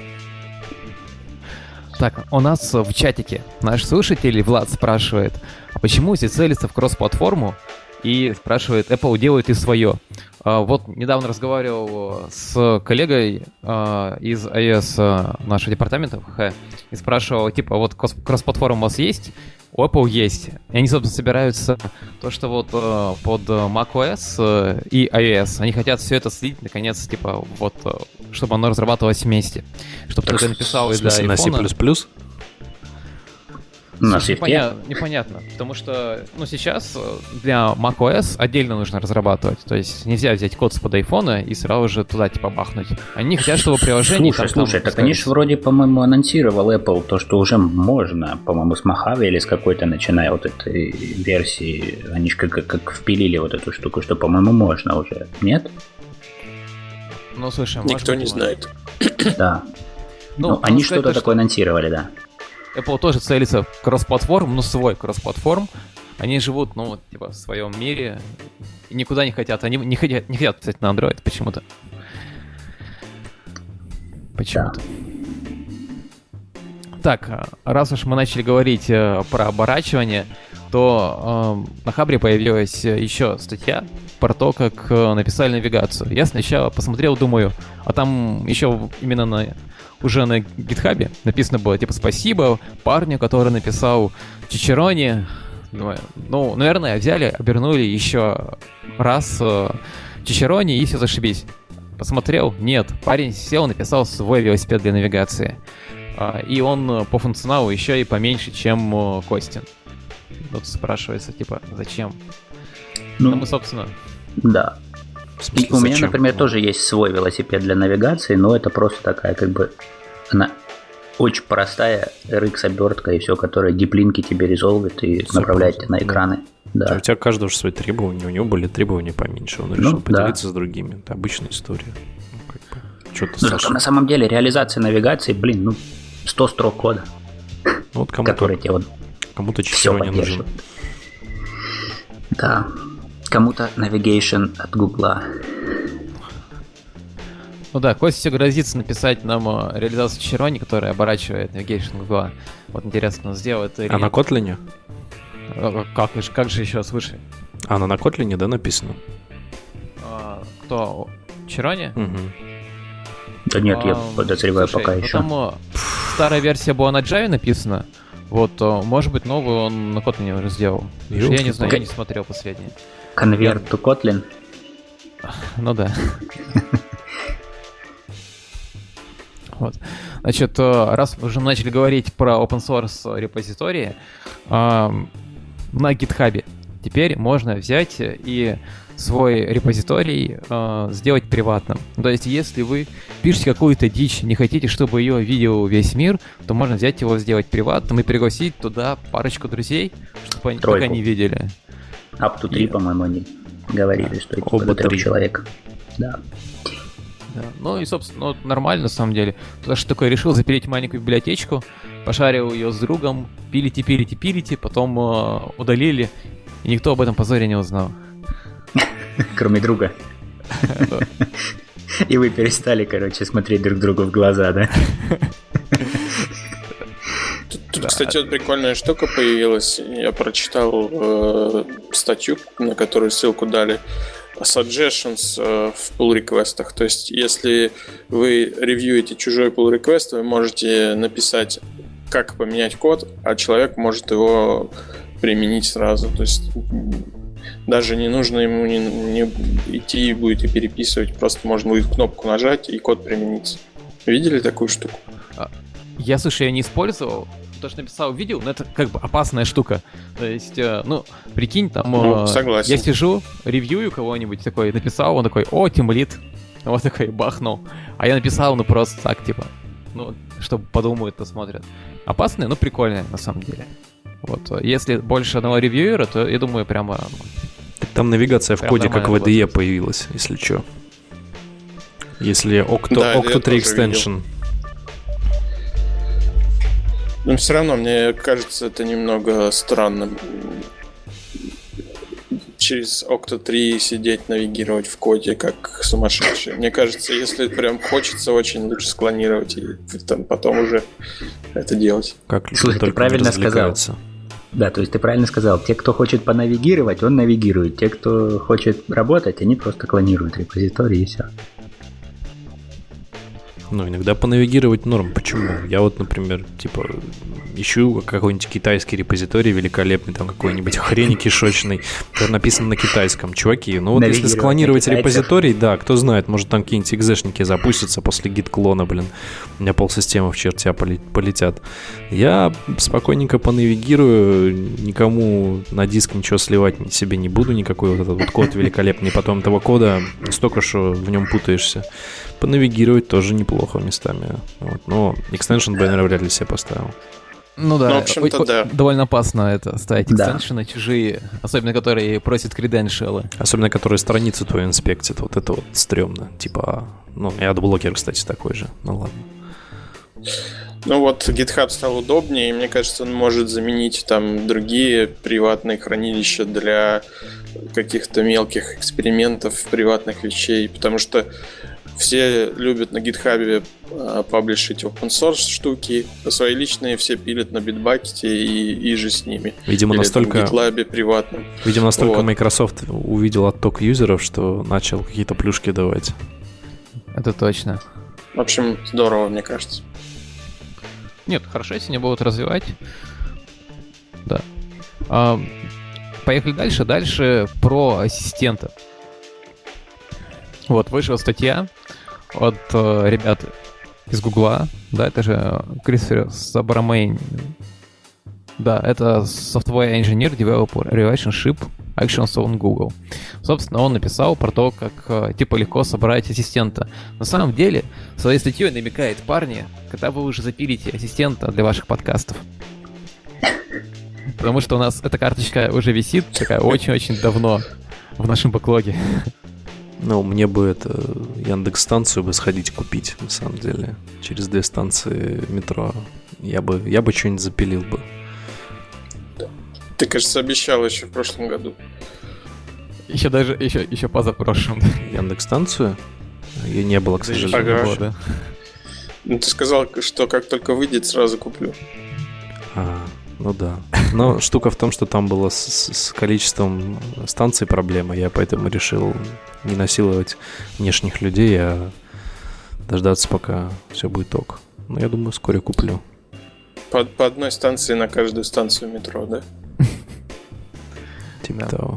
Так, у нас в чатике наш слушатель Влад спрашивает, а почему все целятся в кросс-платформу и спрашивает, Apple делает и свое. Вот недавно разговаривал с коллегой из iOS нашего департамента ВХ и спрашивал, типа, вот кросс-платформа у вас есть? У Apple есть. И они, собственно, собираются то, что вот под macOS и iOS, они хотят все это слить, наконец, типа, вот, чтобы оно разрабатывалось вместе. Чтобы кто-то написал из-за iPhone. На C++? Непонятно, потому что сейчас для macOS отдельно нужно разрабатывать, то есть нельзя взять код с под айфона и сразу же туда типа бахнуть. Они хотят, чтобы приложение... Слушай, так они же вроде, по-моему, анонсировал Apple то, что уже можно, по-моему, с Mojave или с какой-то, начиная вот этой версии, они же как впилили вот эту штуку, что, по-моему, можно уже, нет? Ну, слушай, никто не знает. Да. Ну, они что-то такое анонсировали, да. Apple тоже целится в кросс-платформ, но свой кросс-платформ. Они живут, в своем мире и никуда не хотят. Они не хотят писать на Android почему-то. Да. Так, раз уж мы начали говорить про оборачивание, то на Хабре появилась еще статья про то, как написали навигацию. Я сначала посмотрел, думаю, а там еще именно уже на GitHub написано было, типа, спасибо парню, который написал Чичерони. Ну, наверное, взяли, обернули еще раз Чичерони и все, зашибись. Посмотрел, нет, парень сел, написал свой велосипед для навигации. И он по функционалу еще и поменьше, чем Костин. Тут спрашивается, типа, зачем? Ну, мы, собственно... Да. Смысле, у меня, например, тоже есть свой велосипед для навигации, но это просто такая, как бы, она очень простая RX-обертка и все, которая диплинки тебе резолвит и направляет тебя на экраны. Да. У тебя каждого свои требования, у него были требования поменьше, он решил поделиться с другими. Это обычная история. Только на самом деле реализация навигации, 100 строк кода, вот которые тебе кому-то Чичерони нужен. Да. Кому-то Navigation от Гугла. Ну да, Костя грозится написать нам реализацию Чичерони, которая оборачивает Navigation Гугла. Вот интересно, он сделает или... А на Kotlin? Как же еще свыше? Она на Kotlin, да, написано? Кто? Чичерони? Угу. Да нет, я подозреваю, пока еще. Там старая версия была на Java написана. Вот, может быть, новую он на Kotlin уже сделал. Я не знаю, я не смотрел последний. Конверт to Kotlin? Ну да. Вот. Значит, раз мы уже начали говорить про open source репозитории на GitHub, теперь можно взять и свой репозиторий сделать приватным. То есть, если вы пишете какую-то дичь, не хотите, чтобы ее видел весь мир, то можно взять его, сделать приватным и пригласить туда парочку друзей, чтобы они только не видели. Up to 3, по-моему, они говорили, что это до 3 человек. Да. Да. Ну и, собственно, нормально на самом деле. Потому что такой решил запереть маленькую библиотечку, пошарил ее с другом, пилите, потом удалили, и никто об этом позоре не узнал. Кроме друга. И вы перестали, смотреть друг другу в глаза, да? Кстати, вот прикольная штука появилась. Я прочитал статью, на которую ссылку дали. Suggestions в pull реквестах. То есть, если вы ревьюете чужой pull request, вы можете написать, как поменять код, а человек может его применить сразу. То есть даже не нужно ему не идти и будете переписывать, просто можно будет кнопку нажать и код применится. Видели такую штуку? Я, слушай, я не использовал. То, что написал видео, но это как бы опасная штука. То есть, прикинь, там согласен. Я сижу, ревьюю кого-нибудь, такой написал, он такой, о, тимлид. Вот такой бахнул. А я написал, просто так, типа, чтобы подумают, посмотрят. Опасные, но прикольные, на самом деле. Вот, если больше одного ревьюера, то, я думаю, прямо... Там навигация в коде как в IDE появилась, если что. Если Octo 3 Extension. Но все равно, мне кажется, это немного странным. Через Octo 3 сидеть, навигировать в коде, как сумасшедший. Мне кажется, если прям хочется, очень лучше склонировать и там, потом уже это делать. Слушай, ты правильно сказал. Да, то есть ты правильно сказал. Те, кто хочет понавигировать, он навигирует. Те, кто хочет работать, они просто клонируют репозиторий и все. Иногда понавигировать норм. Почему? Я вот, например, ищу какой-нибудь китайский репозиторий великолепный, там какой-нибудь хрень кишочный, который написан на китайском. Чуваки, если склонировать репозиторий, да, кто знает, может там какие-нибудь экзешники запустятся после гит-клона, У меня полсистемы в чертя полетят. Я спокойненько понавигирую, никому на диск ничего сливать себе не буду, никакой вот этот вот код великолепный. Потом этого кода столько, что в нем путаешься. Понавигировать тоже неплохо местами. Но экстеншн бы я, наверное, вряд ли себе поставил. Да, в общем-то, да. Довольно опасно это ставить экстеншены чужие, особенно которые просят креденшалы. Особенно которые страницу твою инспектят. Вот это вот стрёмно. И AdBlocker, кстати, такой же. Ладно. GitHub стал удобнее, и мне кажется, он может заменить там другие приватные хранилища для каких-то мелких экспериментов, приватных вещей, потому что все любят на GitHub паблишить open source штуки, а свои личные все пилят на Bitbucket и же с ними. Видимо, настолько... в GitLab приватном. Видимо, настолько Microsoft увидел отток юзеров, что начал какие-то плюшки давать. Это точно. В общем, здорово, мне кажется. Нет, хорошо, если не будут развивать. Да. Поехали дальше. Дальше про ассистента. Вышла статья от ребят из Гугла. Да, это же Кристофер Сабрамейн. Да, это Software Engineer Developer Relationship Actions on Google. Собственно, он написал про то, как легко собрать ассистента. На самом деле, своей статьей намекает: парни, когда вы уже запилите ассистента для ваших подкастов. Потому что у нас эта карточка уже висит такая очень-очень давно в нашем бэклоге. Мне бы Яндекс-станцию бы сходить купить, на самом деле. Через 2 станции метро. Я бы что-нибудь запилил бы. Ты, кажется, обещал еще в прошлом году. Еще позапрошлом. Яндекс-станцию? Ее не было, к сожалению. Да. Ты сказал, что как только выйдет, сразу куплю. Да. Но штука в том, что там было с количеством станций проблема. Я поэтому решил не насиловать внешних людей, а дождаться, пока все будет ок. Но я думаю, вскоре куплю. По одной станции на каждую станцию метро, да? Типа того.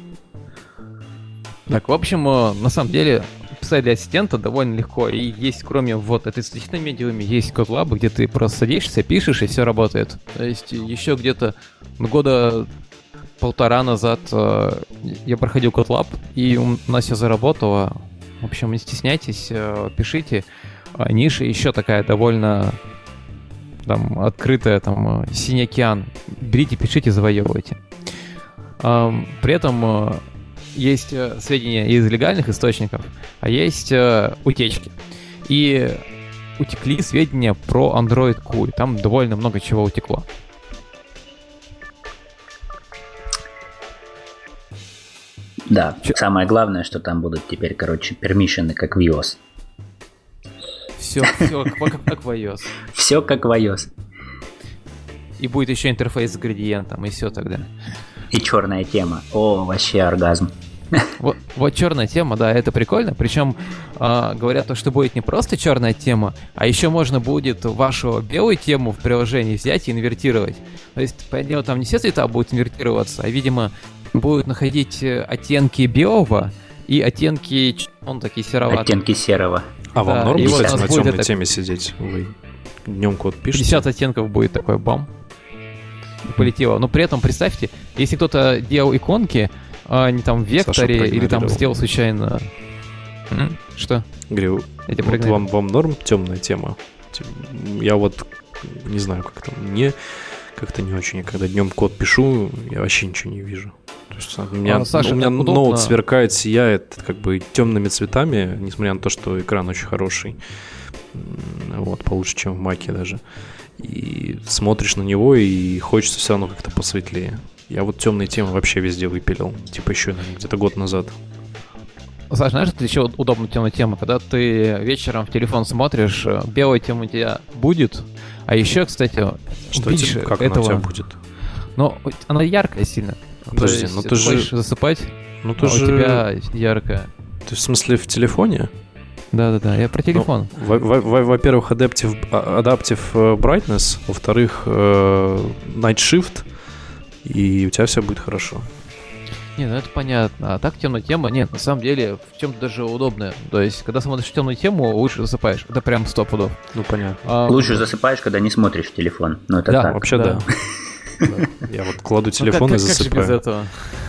Так, в общем, на самом деле, писать для ассистента довольно легко. И есть, кроме этой статьи на Medium, есть CodeLab, где ты просто садишься, пишешь, и все работает. То есть еще где-то года 1.5 назад я проходил CodeLab, и у нас все заработало. В общем, не стесняйтесь, пишите. Ниша еще такая довольно открытая, синий океан. Берите, пишите, завоевывайте. При этом есть сведения из легальных источников, а есть утечки. И утекли сведения про Android Q, и там довольно много чего утекло. Да, самое главное, что там будут теперь, пермишины, как в iOS. Все как в iOS. Все как в iOS. и будет еще интерфейс с градиентом, и все тогда. И черная тема. О, вообще оргазм. Вот черная тема, да, это прикольно. Причем говорят, что будет не просто черная тема, а еще можно будет вашу белую тему в приложении взять и инвертировать. То есть, по идее, там не все цвета будут инвертироваться, а, видимо, будут находить оттенки белого и оттенки, такие сероватые. Оттенки серого. А вам Да, норм, и вот кстати, у нас на будет темной это- теме сидеть? Вы днем код пишете? 50 оттенков будет такой бам. И полетело. Но при этом представьте, если кто-то делал иконки, не там в векторе или там проигнорировал. сделал случайно... Что? Говорю, Я тебя вот проигнорировал. вам норм темная тема? Я вот не знаю, как там, мне как-то не очень. Я когда днем код пишу, я вообще ничего не вижу. То есть у меня, Саша, у меня так удобно. ноут сверкает, сияет как бы темными цветами, несмотря на то, что экран очень хороший. Вот, получше, чем в Маке даже. И смотришь на него, и хочется все равно как-то посветлее. Я вот темные темы вообще везде выпилил. Типа еще, наверное, где-то год назад. Саш, знаешь, это еще удобная темная тема, когда ты вечером в телефон смотришь, белая тема у тебя будет, а еще, кстати, Что видишь типа, как этого... она у тебя будет? Но она яркая сильно. Подожди, То есть ну ты ты же- хочешь засыпать, Ну а ты у же... тебя яркая. Ты в смысле в телефоне? Да-да-да, я про телефон. Во-первых, Adaptive Brightness, во-вторых, Night Shift, и у тебя все будет хорошо. Не, ну это понятно. А так темная тема, нет, на самом деле в чем-то даже удобная. То есть, когда смотришь темную тему, лучше засыпаешь. Это прям 100 пудов. Ну, понятно. Лучше засыпаешь, когда не смотришь в телефон. Ну, это Да, так. Вообще, да. да. Я вот кладу телефон Ну, и как же без засыпаю. этого?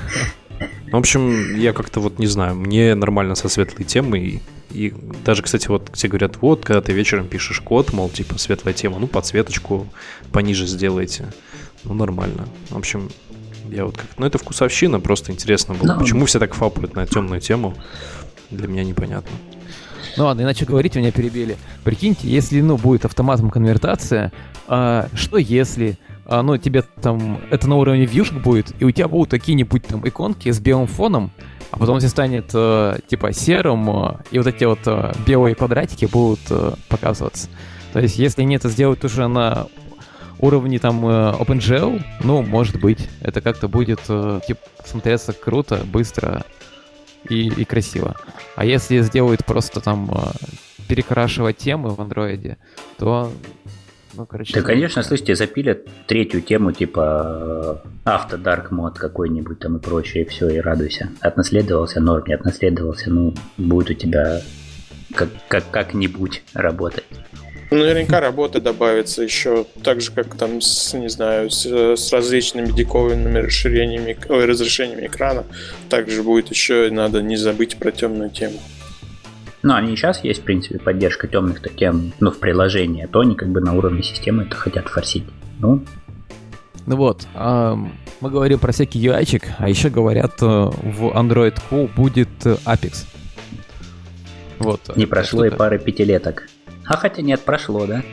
В общем, я как-то вот не знаю, мне нормально со светлой темой. И даже, кстати, вот все говорят, вот, когда ты вечером пишешь код, мол, типа, светлая тема, ну, подсветочку пониже сделайте. Ну, нормально. В общем, я вот как... Ну, это вкусовщина, просто интересно было. Ну, Почему все так фапают на темную тему, для меня непонятно. Ну ладно, иначе говорить, меня перебили. Прикиньте, если, будет автоматом конвертация, что если, тебе там, это на уровне вьюшек будет, и у тебя будут какие-нибудь там иконки с белым фоном, а потом все станет, типа, серым, и вот эти вот белые квадратики будут показываться. То есть, если они это сделают уже на уровне там OpenGL, может быть, это как-то будет, смотреться круто, быстро и красиво. А если сделают просто там перекрашивать темы в андроиде, то, короче... Да, конечно, слышите, запилят третью тему, типа авто Dark мод какой-нибудь там и прочее, и все, и радуйся. Отнаследовался норм, не отнаследовался, будет у тебя как-нибудь работать. Наверняка работа добавится еще, так же, как там, с различными диковинными разрешениями экрана. Также будет еще, надо не забыть про темную тему. Ну, они и сейчас есть, в принципе, поддержка темных тем, в приложении, а то они как бы на уровне системы это хотят форсить. Мы говорим про всякий UI-чик, а еще говорят, в Android Q будет Apex. Вот. Не прошло и что-то. пары пятилеток. А хотя нет, прошло, да?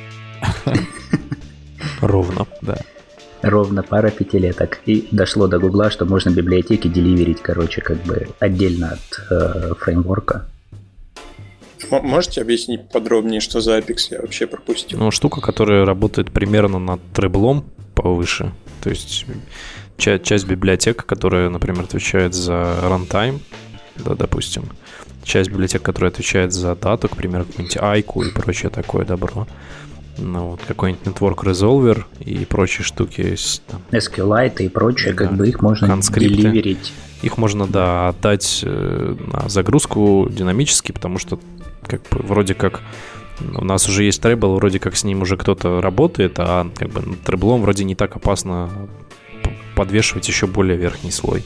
Ровно. Да. Ровно пара пятилеток. И дошло до Гугла, что можно библиотеки деливерить, как бы отдельно от фреймворка. Можете объяснить подробнее, что за Apex? Я вообще пропустил. Ну, штука, которая работает примерно над треблом повыше. То есть часть библиотек, которая, например, отвечает за runtime, да, допустим. Часть библиотек, которая отвечает за дату, к примеру, какую-нибудь айку и прочее такое добро. Какой-нибудь Network Resolver и прочие штуки. Там, SQLite и прочее, да, как бы их можно конскрипты. деливерить. Их можно, отдать на загрузку динамически, потому что вроде как у нас уже есть трейбл, вроде как с ним уже кто-то работает, а как бы над треблом вроде не так опасно подвешивать еще более верхний слой.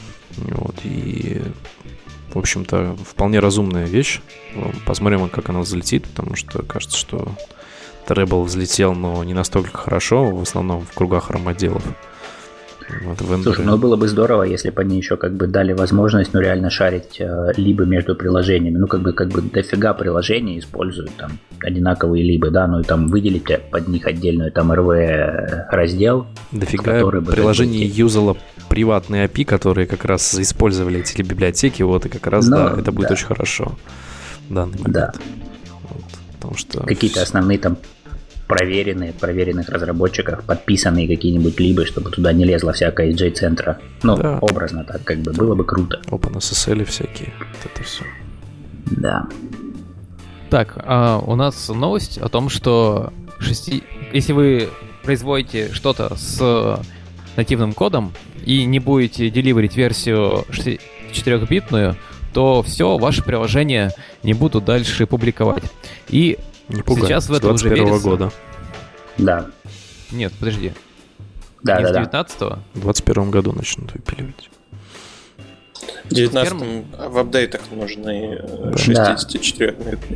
И в общем-то, вполне разумная вещь. Посмотрим, как она взлетит, потому что кажется, что Treble взлетел, но не настолько хорошо, в основном в кругах армоделов. Слушай, было бы здорово, если бы они еще как бы дали возможность, реально шарить либо между приложениями. Как бы дофига приложений используют там одинаковые либо, да, и там выделите под них отдельную там RV раздел. Дофига приложений юзало приватные API, которые как раз использовали эти библиотеки, и как раз, это будет очень хорошо в данный момент. Да. Потому что какие-то основные там проверенных разработчиков, подписанные какие-нибудь либо, чтобы туда не лезла всякая из J-центра. Ну, да. Образно так, как бы, было бы круто. OpenSSL всякие, вот это все. Да. Так, у нас новость о том, что если вы производите что-то с нативным кодом и не будете деливерить версию 4-битную, то все, ваши приложения не будут дальше публиковать. И не пугай, сейчас в это уже верится. Года. Да. Нет, подожди. Да, не да, с 19-го? В 21 году начнут выпиливать. В 19-м в апдейтах нужны 64-битные.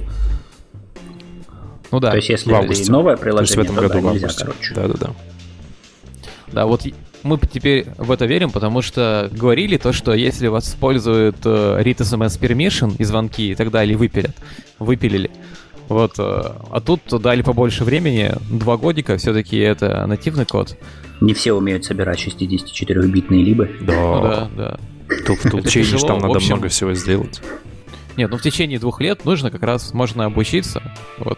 Ну да. То есть, если это новое приложение, то в этом году нельзя, короче. Да. Да, вот мы теперь в это верим, потому что говорили то, что если вас используют read SMS permission и звонки и так далее, выпилили. Вот, а тут дали побольше времени, 2 годика, все-таки это нативный код. Не все умеют собирать 64-битные либо. Да. Ну, да. В тулчейне там надо много всего сделать. Нет, ну в течение 2 лет нужно как раз, можно обучиться. Вот.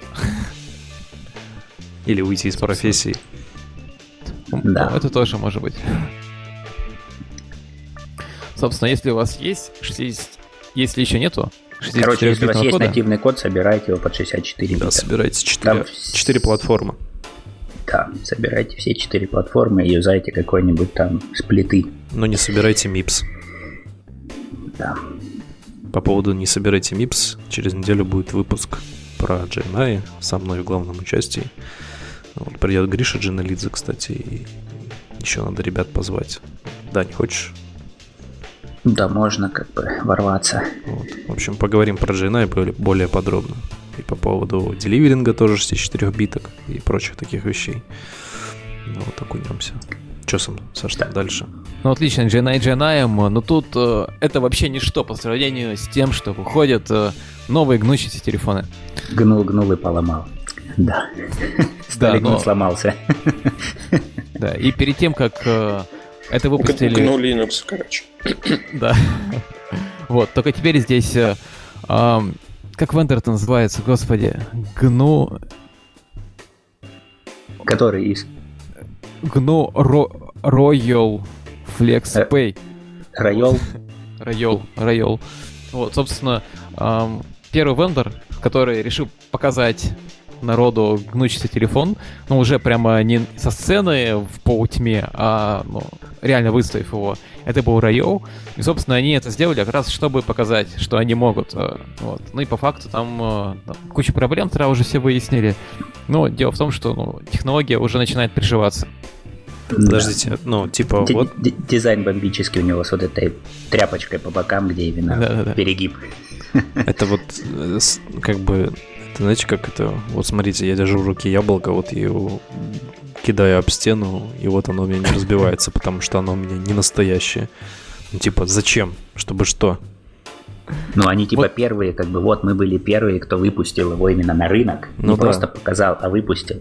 Или уйти из профессии. Да. Это тоже может быть. Собственно, если у вас есть 60... Если еще нету 64-битного короче, если у вас есть кода, нативный код, собирайте его под 64 бита. Да, собирайте 4 платформы. Да, собирайте все 4 платформы и юзайте какой-нибудь там сплиты. Но не собирайте MIPS. Да. По поводу «не собирайте MIPS», через неделю будет выпуск про JNI со мной в главном участии. Вот, придет Гриша Джинелидзе, кстати, и еще надо ребят позвать. Да, не хочешь? Да, можно как бы ворваться. Вот. В общем, поговорим про JNI более подробно. И по поводу деливеринга тоже 64 биток и прочих таких вещей. Ну, вот окунемся. Че, Саш, там дальше? Ну, отлично, JNI, но тут это вообще ничто по сравнению с тем, что выходят новые гнущиеся телефоны. Гнул и поломал. Да. Сталин сломался. Да, и перед тем, как это выпустили... GNU Linux, короче. Да. Вот, только теперь здесь... как вендор-то называется, господи? GNU... Который из... GNU Royal Flex Pay. Royal. Вот, собственно, первый вендор, который решил показать народу гнущийся телефон, ну, уже прямо не со сцены в полутьме, а реально выставив его. Это был Royal. И, собственно, они это сделали как раз, чтобы показать, что они могут. Вот. Ну и по факту там куча проблем сразу же все выяснили. Но дело в том, что технология уже начинает приживаться. Подождите, вот... Дизайн бомбический у него с вот этой тряпочкой по бокам, где именно перегиб. Это вот как бы... Знаете, как это? Вот смотрите, я держу в руке яблоко, вот я его кидаю об стену, и вот оно у меня не разбивается, потому что оно у меня не настоящее. Ну, типа, зачем? Чтобы что? Ну, они типа первые, как бы, вот мы были первые, кто выпустил его именно на рынок. Не просто показал, а выпустил.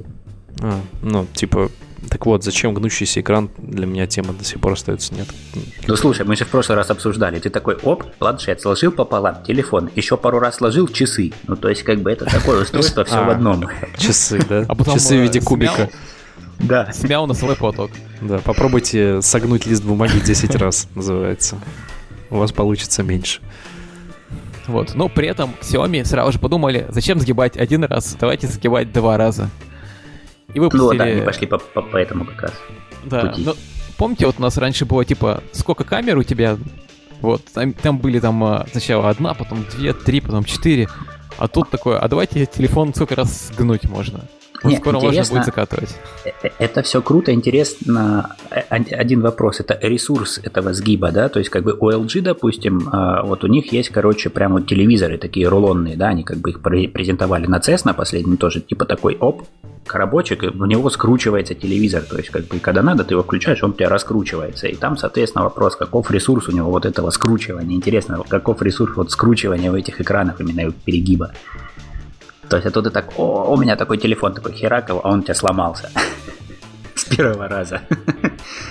Так вот, зачем гнущийся экран? Для меня тема до сих пор остается нет. Ну слушай, мы же в прошлый раз обсуждали. Ты такой, планшет сложил пополам, телефон, еще пару раз сложил часы. Ну то есть как бы это такое устройство все в одном. Часы, да? Часы в виде кубика. Да. Смял на свой поток. Да, попробуйте согнуть лист бумаги 10 раз, называется. У вас получится меньше. Вот, но при этом Xiaomi сразу же подумали, зачем сгибать 1 раз, давайте сгибать 2 раза. И выпустили... Ну да, они пошли по этому как раз. Да, но помните, вот у нас раньше было типа, сколько камер у тебя? Вот, там были сначала 1, потом 2, 3, потом 4. А тут такое, а давайте телефон сколько раз сгнуть можно? Вот скоро можно будет закатывать. Это все круто, интересно. Один вопрос, это ресурс этого сгиба, да? То есть как бы у LG, допустим, вот у них есть, короче, прям вот телевизоры такие рулонные, да? Они как бы их презентовали на CES на последнем тоже, типа такой коробочек, и в него скручивается телевизор, то есть как бы когда надо, ты его включаешь, он у тебя раскручивается, и там, соответственно, вопрос, каков ресурс у него вот этого скручивания, интересно, каков ресурс вот скручивания в этих экранах именно перегиба. То есть, а тут ты так, у меня такой телефон, такой хераков, а он у тебя сломался с первого раза.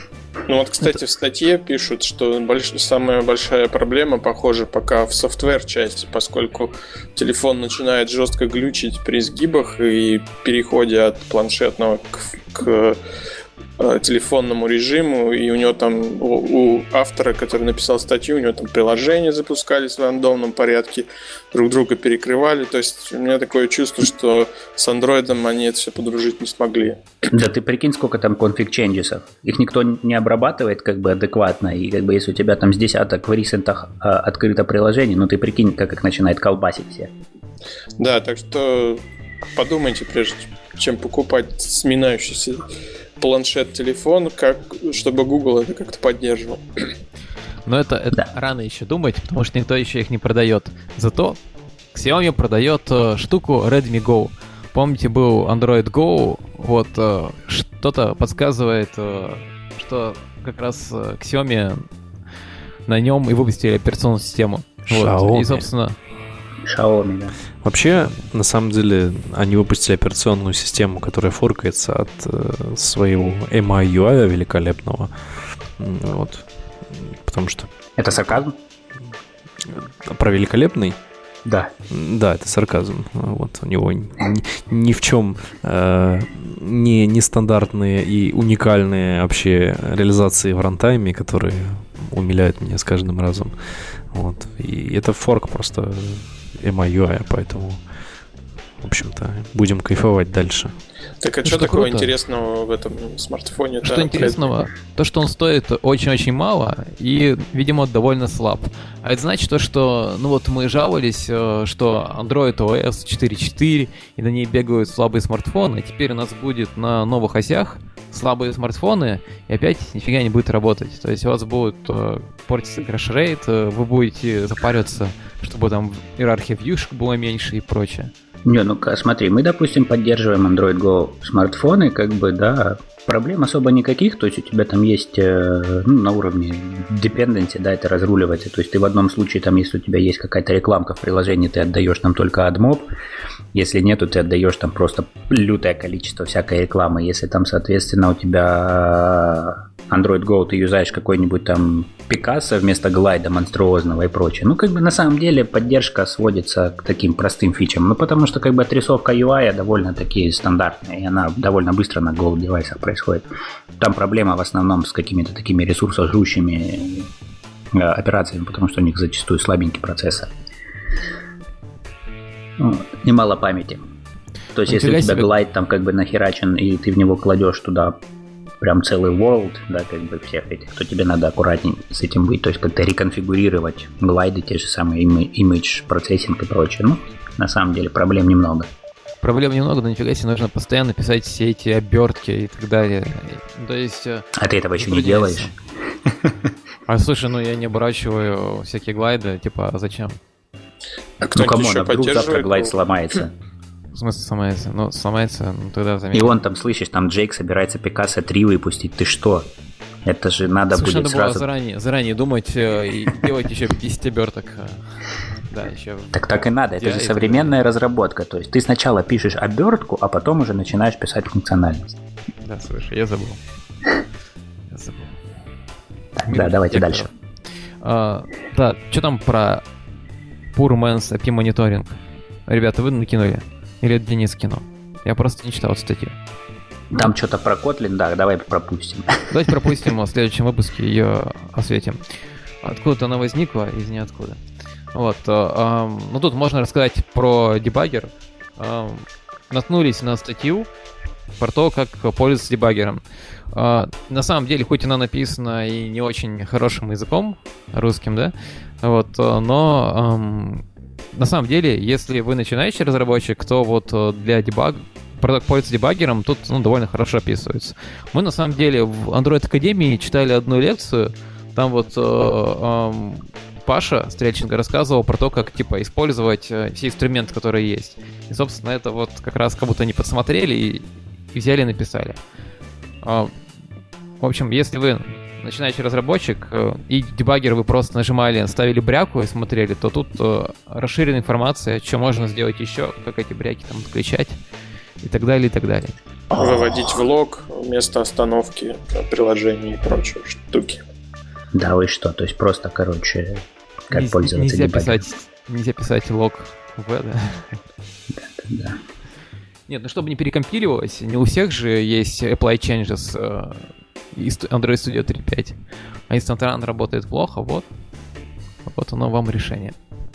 Ну вот, кстати, в статье пишут, что самая большая проблема, похоже, пока в софтвер-части, поскольку телефон начинает жестко глючить при сгибах и переходе от планшетного к телефонному режиму, и у него там, у автора, который написал статью, у него там приложения запускались в рандомном порядке, друг друга перекрывали, то есть у меня такое чувство, что с андроидом они это все подружить не смогли. Да ты прикинь, сколько там config changes. Их никто не обрабатывает как бы адекватно, и как бы если у тебя там с десяток в ресентах открыто приложений, ну ты прикинь, как их начинает колбасить все. Да, так что подумайте, прежде чем покупать сминающийся планшет-телефон, чтобы Google это как-то поддерживал. Но это да. Рано еще думать, потому что никто еще их не продает. Зато Xiaomi продает штуку Redmi Go. Помните, был Android Go, вот что-то подсказывает, что как раз Xiaomi на нем и выпустили операционную систему. Вот. И, собственно... Xiaomi, да. Вообще, на самом деле, они выпустили операционную систему, которая форкается от своего MIUI великолепного. Вот. Потому что... Это сарказм? Про великолепный? Да. Да, это сарказм. Вот. У него ни в чем не нестандартные и уникальные вообще реализации в рантайме, которые умиляют меня с каждым разом. Вот. И это форк просто MIUI, поэтому, в общем-то, будем кайфовать дальше. Так а что такого интересного в этом смартфоне? Что интересного? То, что он стоит очень-очень мало и, видимо, довольно слаб. А это значит то, что, ну вот мы жаловались, что Android OS 4.4 и на ней бегают слабые смартфоны, а теперь у нас будет на новых осях слабые смартфоны, и опять нифига не будет работать. То есть у вас будет портиться краш-рейт, вы будете запариваться, чтобы там иерархия вьюшек была меньше и прочее. Не, ну-ка, смотри, мы, допустим, поддерживаем Android Go смартфоны, как бы, да, проблем особо никаких, то есть у тебя там есть, на уровне dependency, да, это разруливается, то есть ты в одном случае, там, если у тебя есть какая-то рекламка в приложении, ты отдаешь там только AdMob, если нету, ты отдаешь там просто лютое количество всякой рекламы, если там, соответственно, у тебя Android Go, ты юзаешь какой-нибудь там Picasso вместо глайда монструозного и прочее. Ну, как бы на самом деле поддержка сводится к таким простым фичам. Ну, потому что как бы отрисовка UI довольно-таки стандартная, и она довольно быстро на Go девайсах происходит. Там проблема в основном с какими-то такими ресурсожрущими операциями, потому что у них зачастую слабенький процессор. Немало памяти. То есть, если у тебя глайд там как бы нахерачен, и ты в него кладешь туда прям целый world, да, как бы всех этих, то тебе надо аккуратнее с этим быть, то есть как-то реконфигурировать глайды, те же самые image процессинг и прочее. Ну, на самом деле проблем немного. Проблем немного, но нифига себе, нужно постоянно писать все эти обертки и так далее. То есть... А ты этого еще не делаешь? А слушай, ну я не оборачиваю всякие глайды, типа, а зачем? А кто-нибудь камон, еще а вдруг завтра поддерживает? глайд сломается? В смысле сломается? Ну, сломается, ну тогда заметим. И он там, слышишь, там Джейк собирается Picasso 3 выпустить. Ты что? Это же надо Слушай, будет надо сразу... было заранее думать и делать еще 10 оберток. Да, еще... Так и надо, это же современная разработка. То есть ты сначала пишешь обертку, а потом уже начинаешь писать функциональность. Да, слушай, я забыл. Да, давайте дальше. Да, что там про Poor Man's API мониторинг? Ребята, вы накинули? Или это Денис кинул? Я просто не читал эту статью. Там что-то про Kotlin, да, давай пропустим. Давайте пропустим, в следующем выпуске ее осветим. Откуда-то она возникла, из ниоткуда. Вот, ну тут можно рассказать про дебаггер. Наткнулись на статью про то, как пользоваться дебаггером. На самом деле, хоть она написана и не очень хорошим языком, русским, да, вот, но на самом деле, если вы начинающий разработчик, то вот для дебага продукт пользоваться дебаггером тут довольно хорошо описывается. Мы на самом деле в Android Академии читали одну лекцию, там вот Паша Стрельченко рассказывал про то, как типа использовать все инструменты, которые есть. И, собственно, это вот как раз как будто не подсмотрели и взяли и написали. В общем, если вы начинающий разработчик, и дебаггер вы просто нажимали, ставили бряку и смотрели, то тут расширенная информация, что можно сделать еще, как эти бряки там отключать и так далее, и так далее. Выводить в лог вместо остановки приложений и прочие штуки. Да вы что, то есть просто, короче, как пользоваться дебаггером. Нельзя писать лог в, да? Да. Нет, ну чтобы не перекомпиливалось, не у всех же есть apply changes из Android Studio 3.5. А инстантран работает плохо, вот оно вам решение.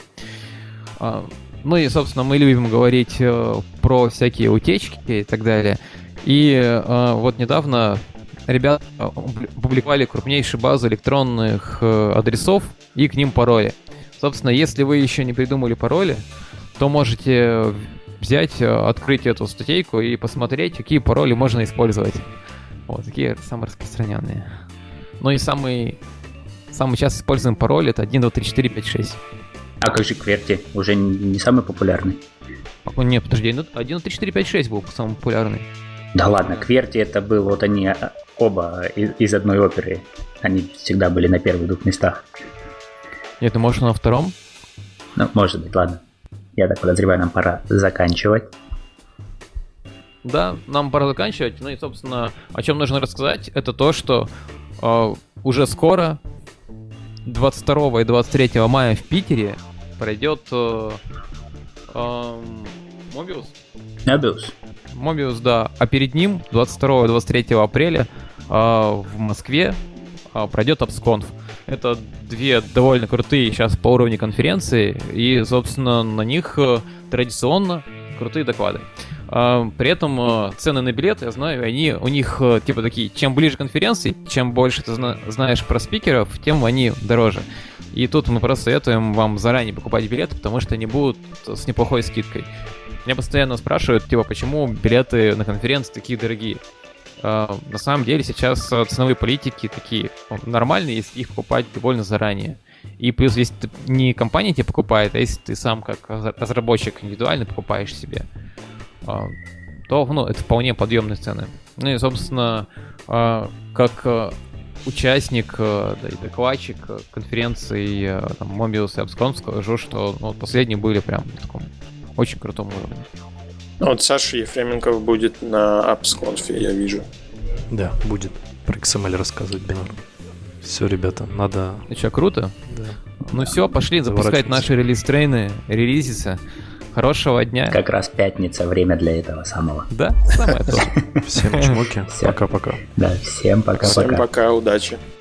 Ну и, собственно, мы любим говорить про всякие утечки и так далее. И вот недавно ребята опубликовали крупнейшую базу электронных адресов и к ним пароли. Собственно, если вы еще не придумали пароли, то можете взять, открыть эту статейку и посмотреть, какие пароли можно использовать. Вот, такие самые распространенные. Ну и самый часто используемый пароль — это 1, 2, 3, 4, 5, 6. А как же QWERTY? Уже не самый популярный? Нет, подожди, 1, 2, 3, 4, 5, 6 был самый популярный. Да ладно, QWERTY это был, вот они оба из одной оперы. Они всегда были на первых двух местах. Нет, ну может на втором? Ну, может быть, ладно. Я так подозреваю, нам пора заканчивать. Да, нам пора заканчивать. Ну и, собственно, о чем нужно рассказать, это то, что уже скоро, 22 и 23 мая в Питере, пройдет Mobius. Mobius, да. А перед ним, 22 и 23 апреля, в Москве пройдет AppsConf. Это две довольно крутые сейчас по уровню конференции, и, собственно, на них традиционно крутые доклады. При этом цены на билеты, я знаю, у них типа такие, чем ближе к конференции, чем больше ты знаешь про спикеров, тем они дороже. И тут мы просто советуем вам заранее покупать билеты, потому что они будут с неплохой скидкой. Меня постоянно спрашивают, типа, почему билеты на конференции такие дорогие. На самом деле сейчас ценовые политики такие нормальные, если их покупать довольно заранее. И плюс, если ты не компания тебе покупает, а если ты сам как разработчик индивидуально покупаешь себе, то это вполне подъемные цены. Ну и, собственно, как участник и докладчик конференции Mobius и AppsConf скажу, что последние были прям на таком очень крутом уровне. Вот Саша Ефременков будет на AppsConf, я вижу. Да, будет про XML рассказывать бинарно. Все, ребята, надо... Ну что, круто? Да. Ну все, пошли запускать наши релиз-трейны, релизиться. Хорошего дня. Как раз пятница, время для этого самого. Да, самое то. Всем чмоки. Пока-пока. Да, всем пока-пока. Всем пока, удачи.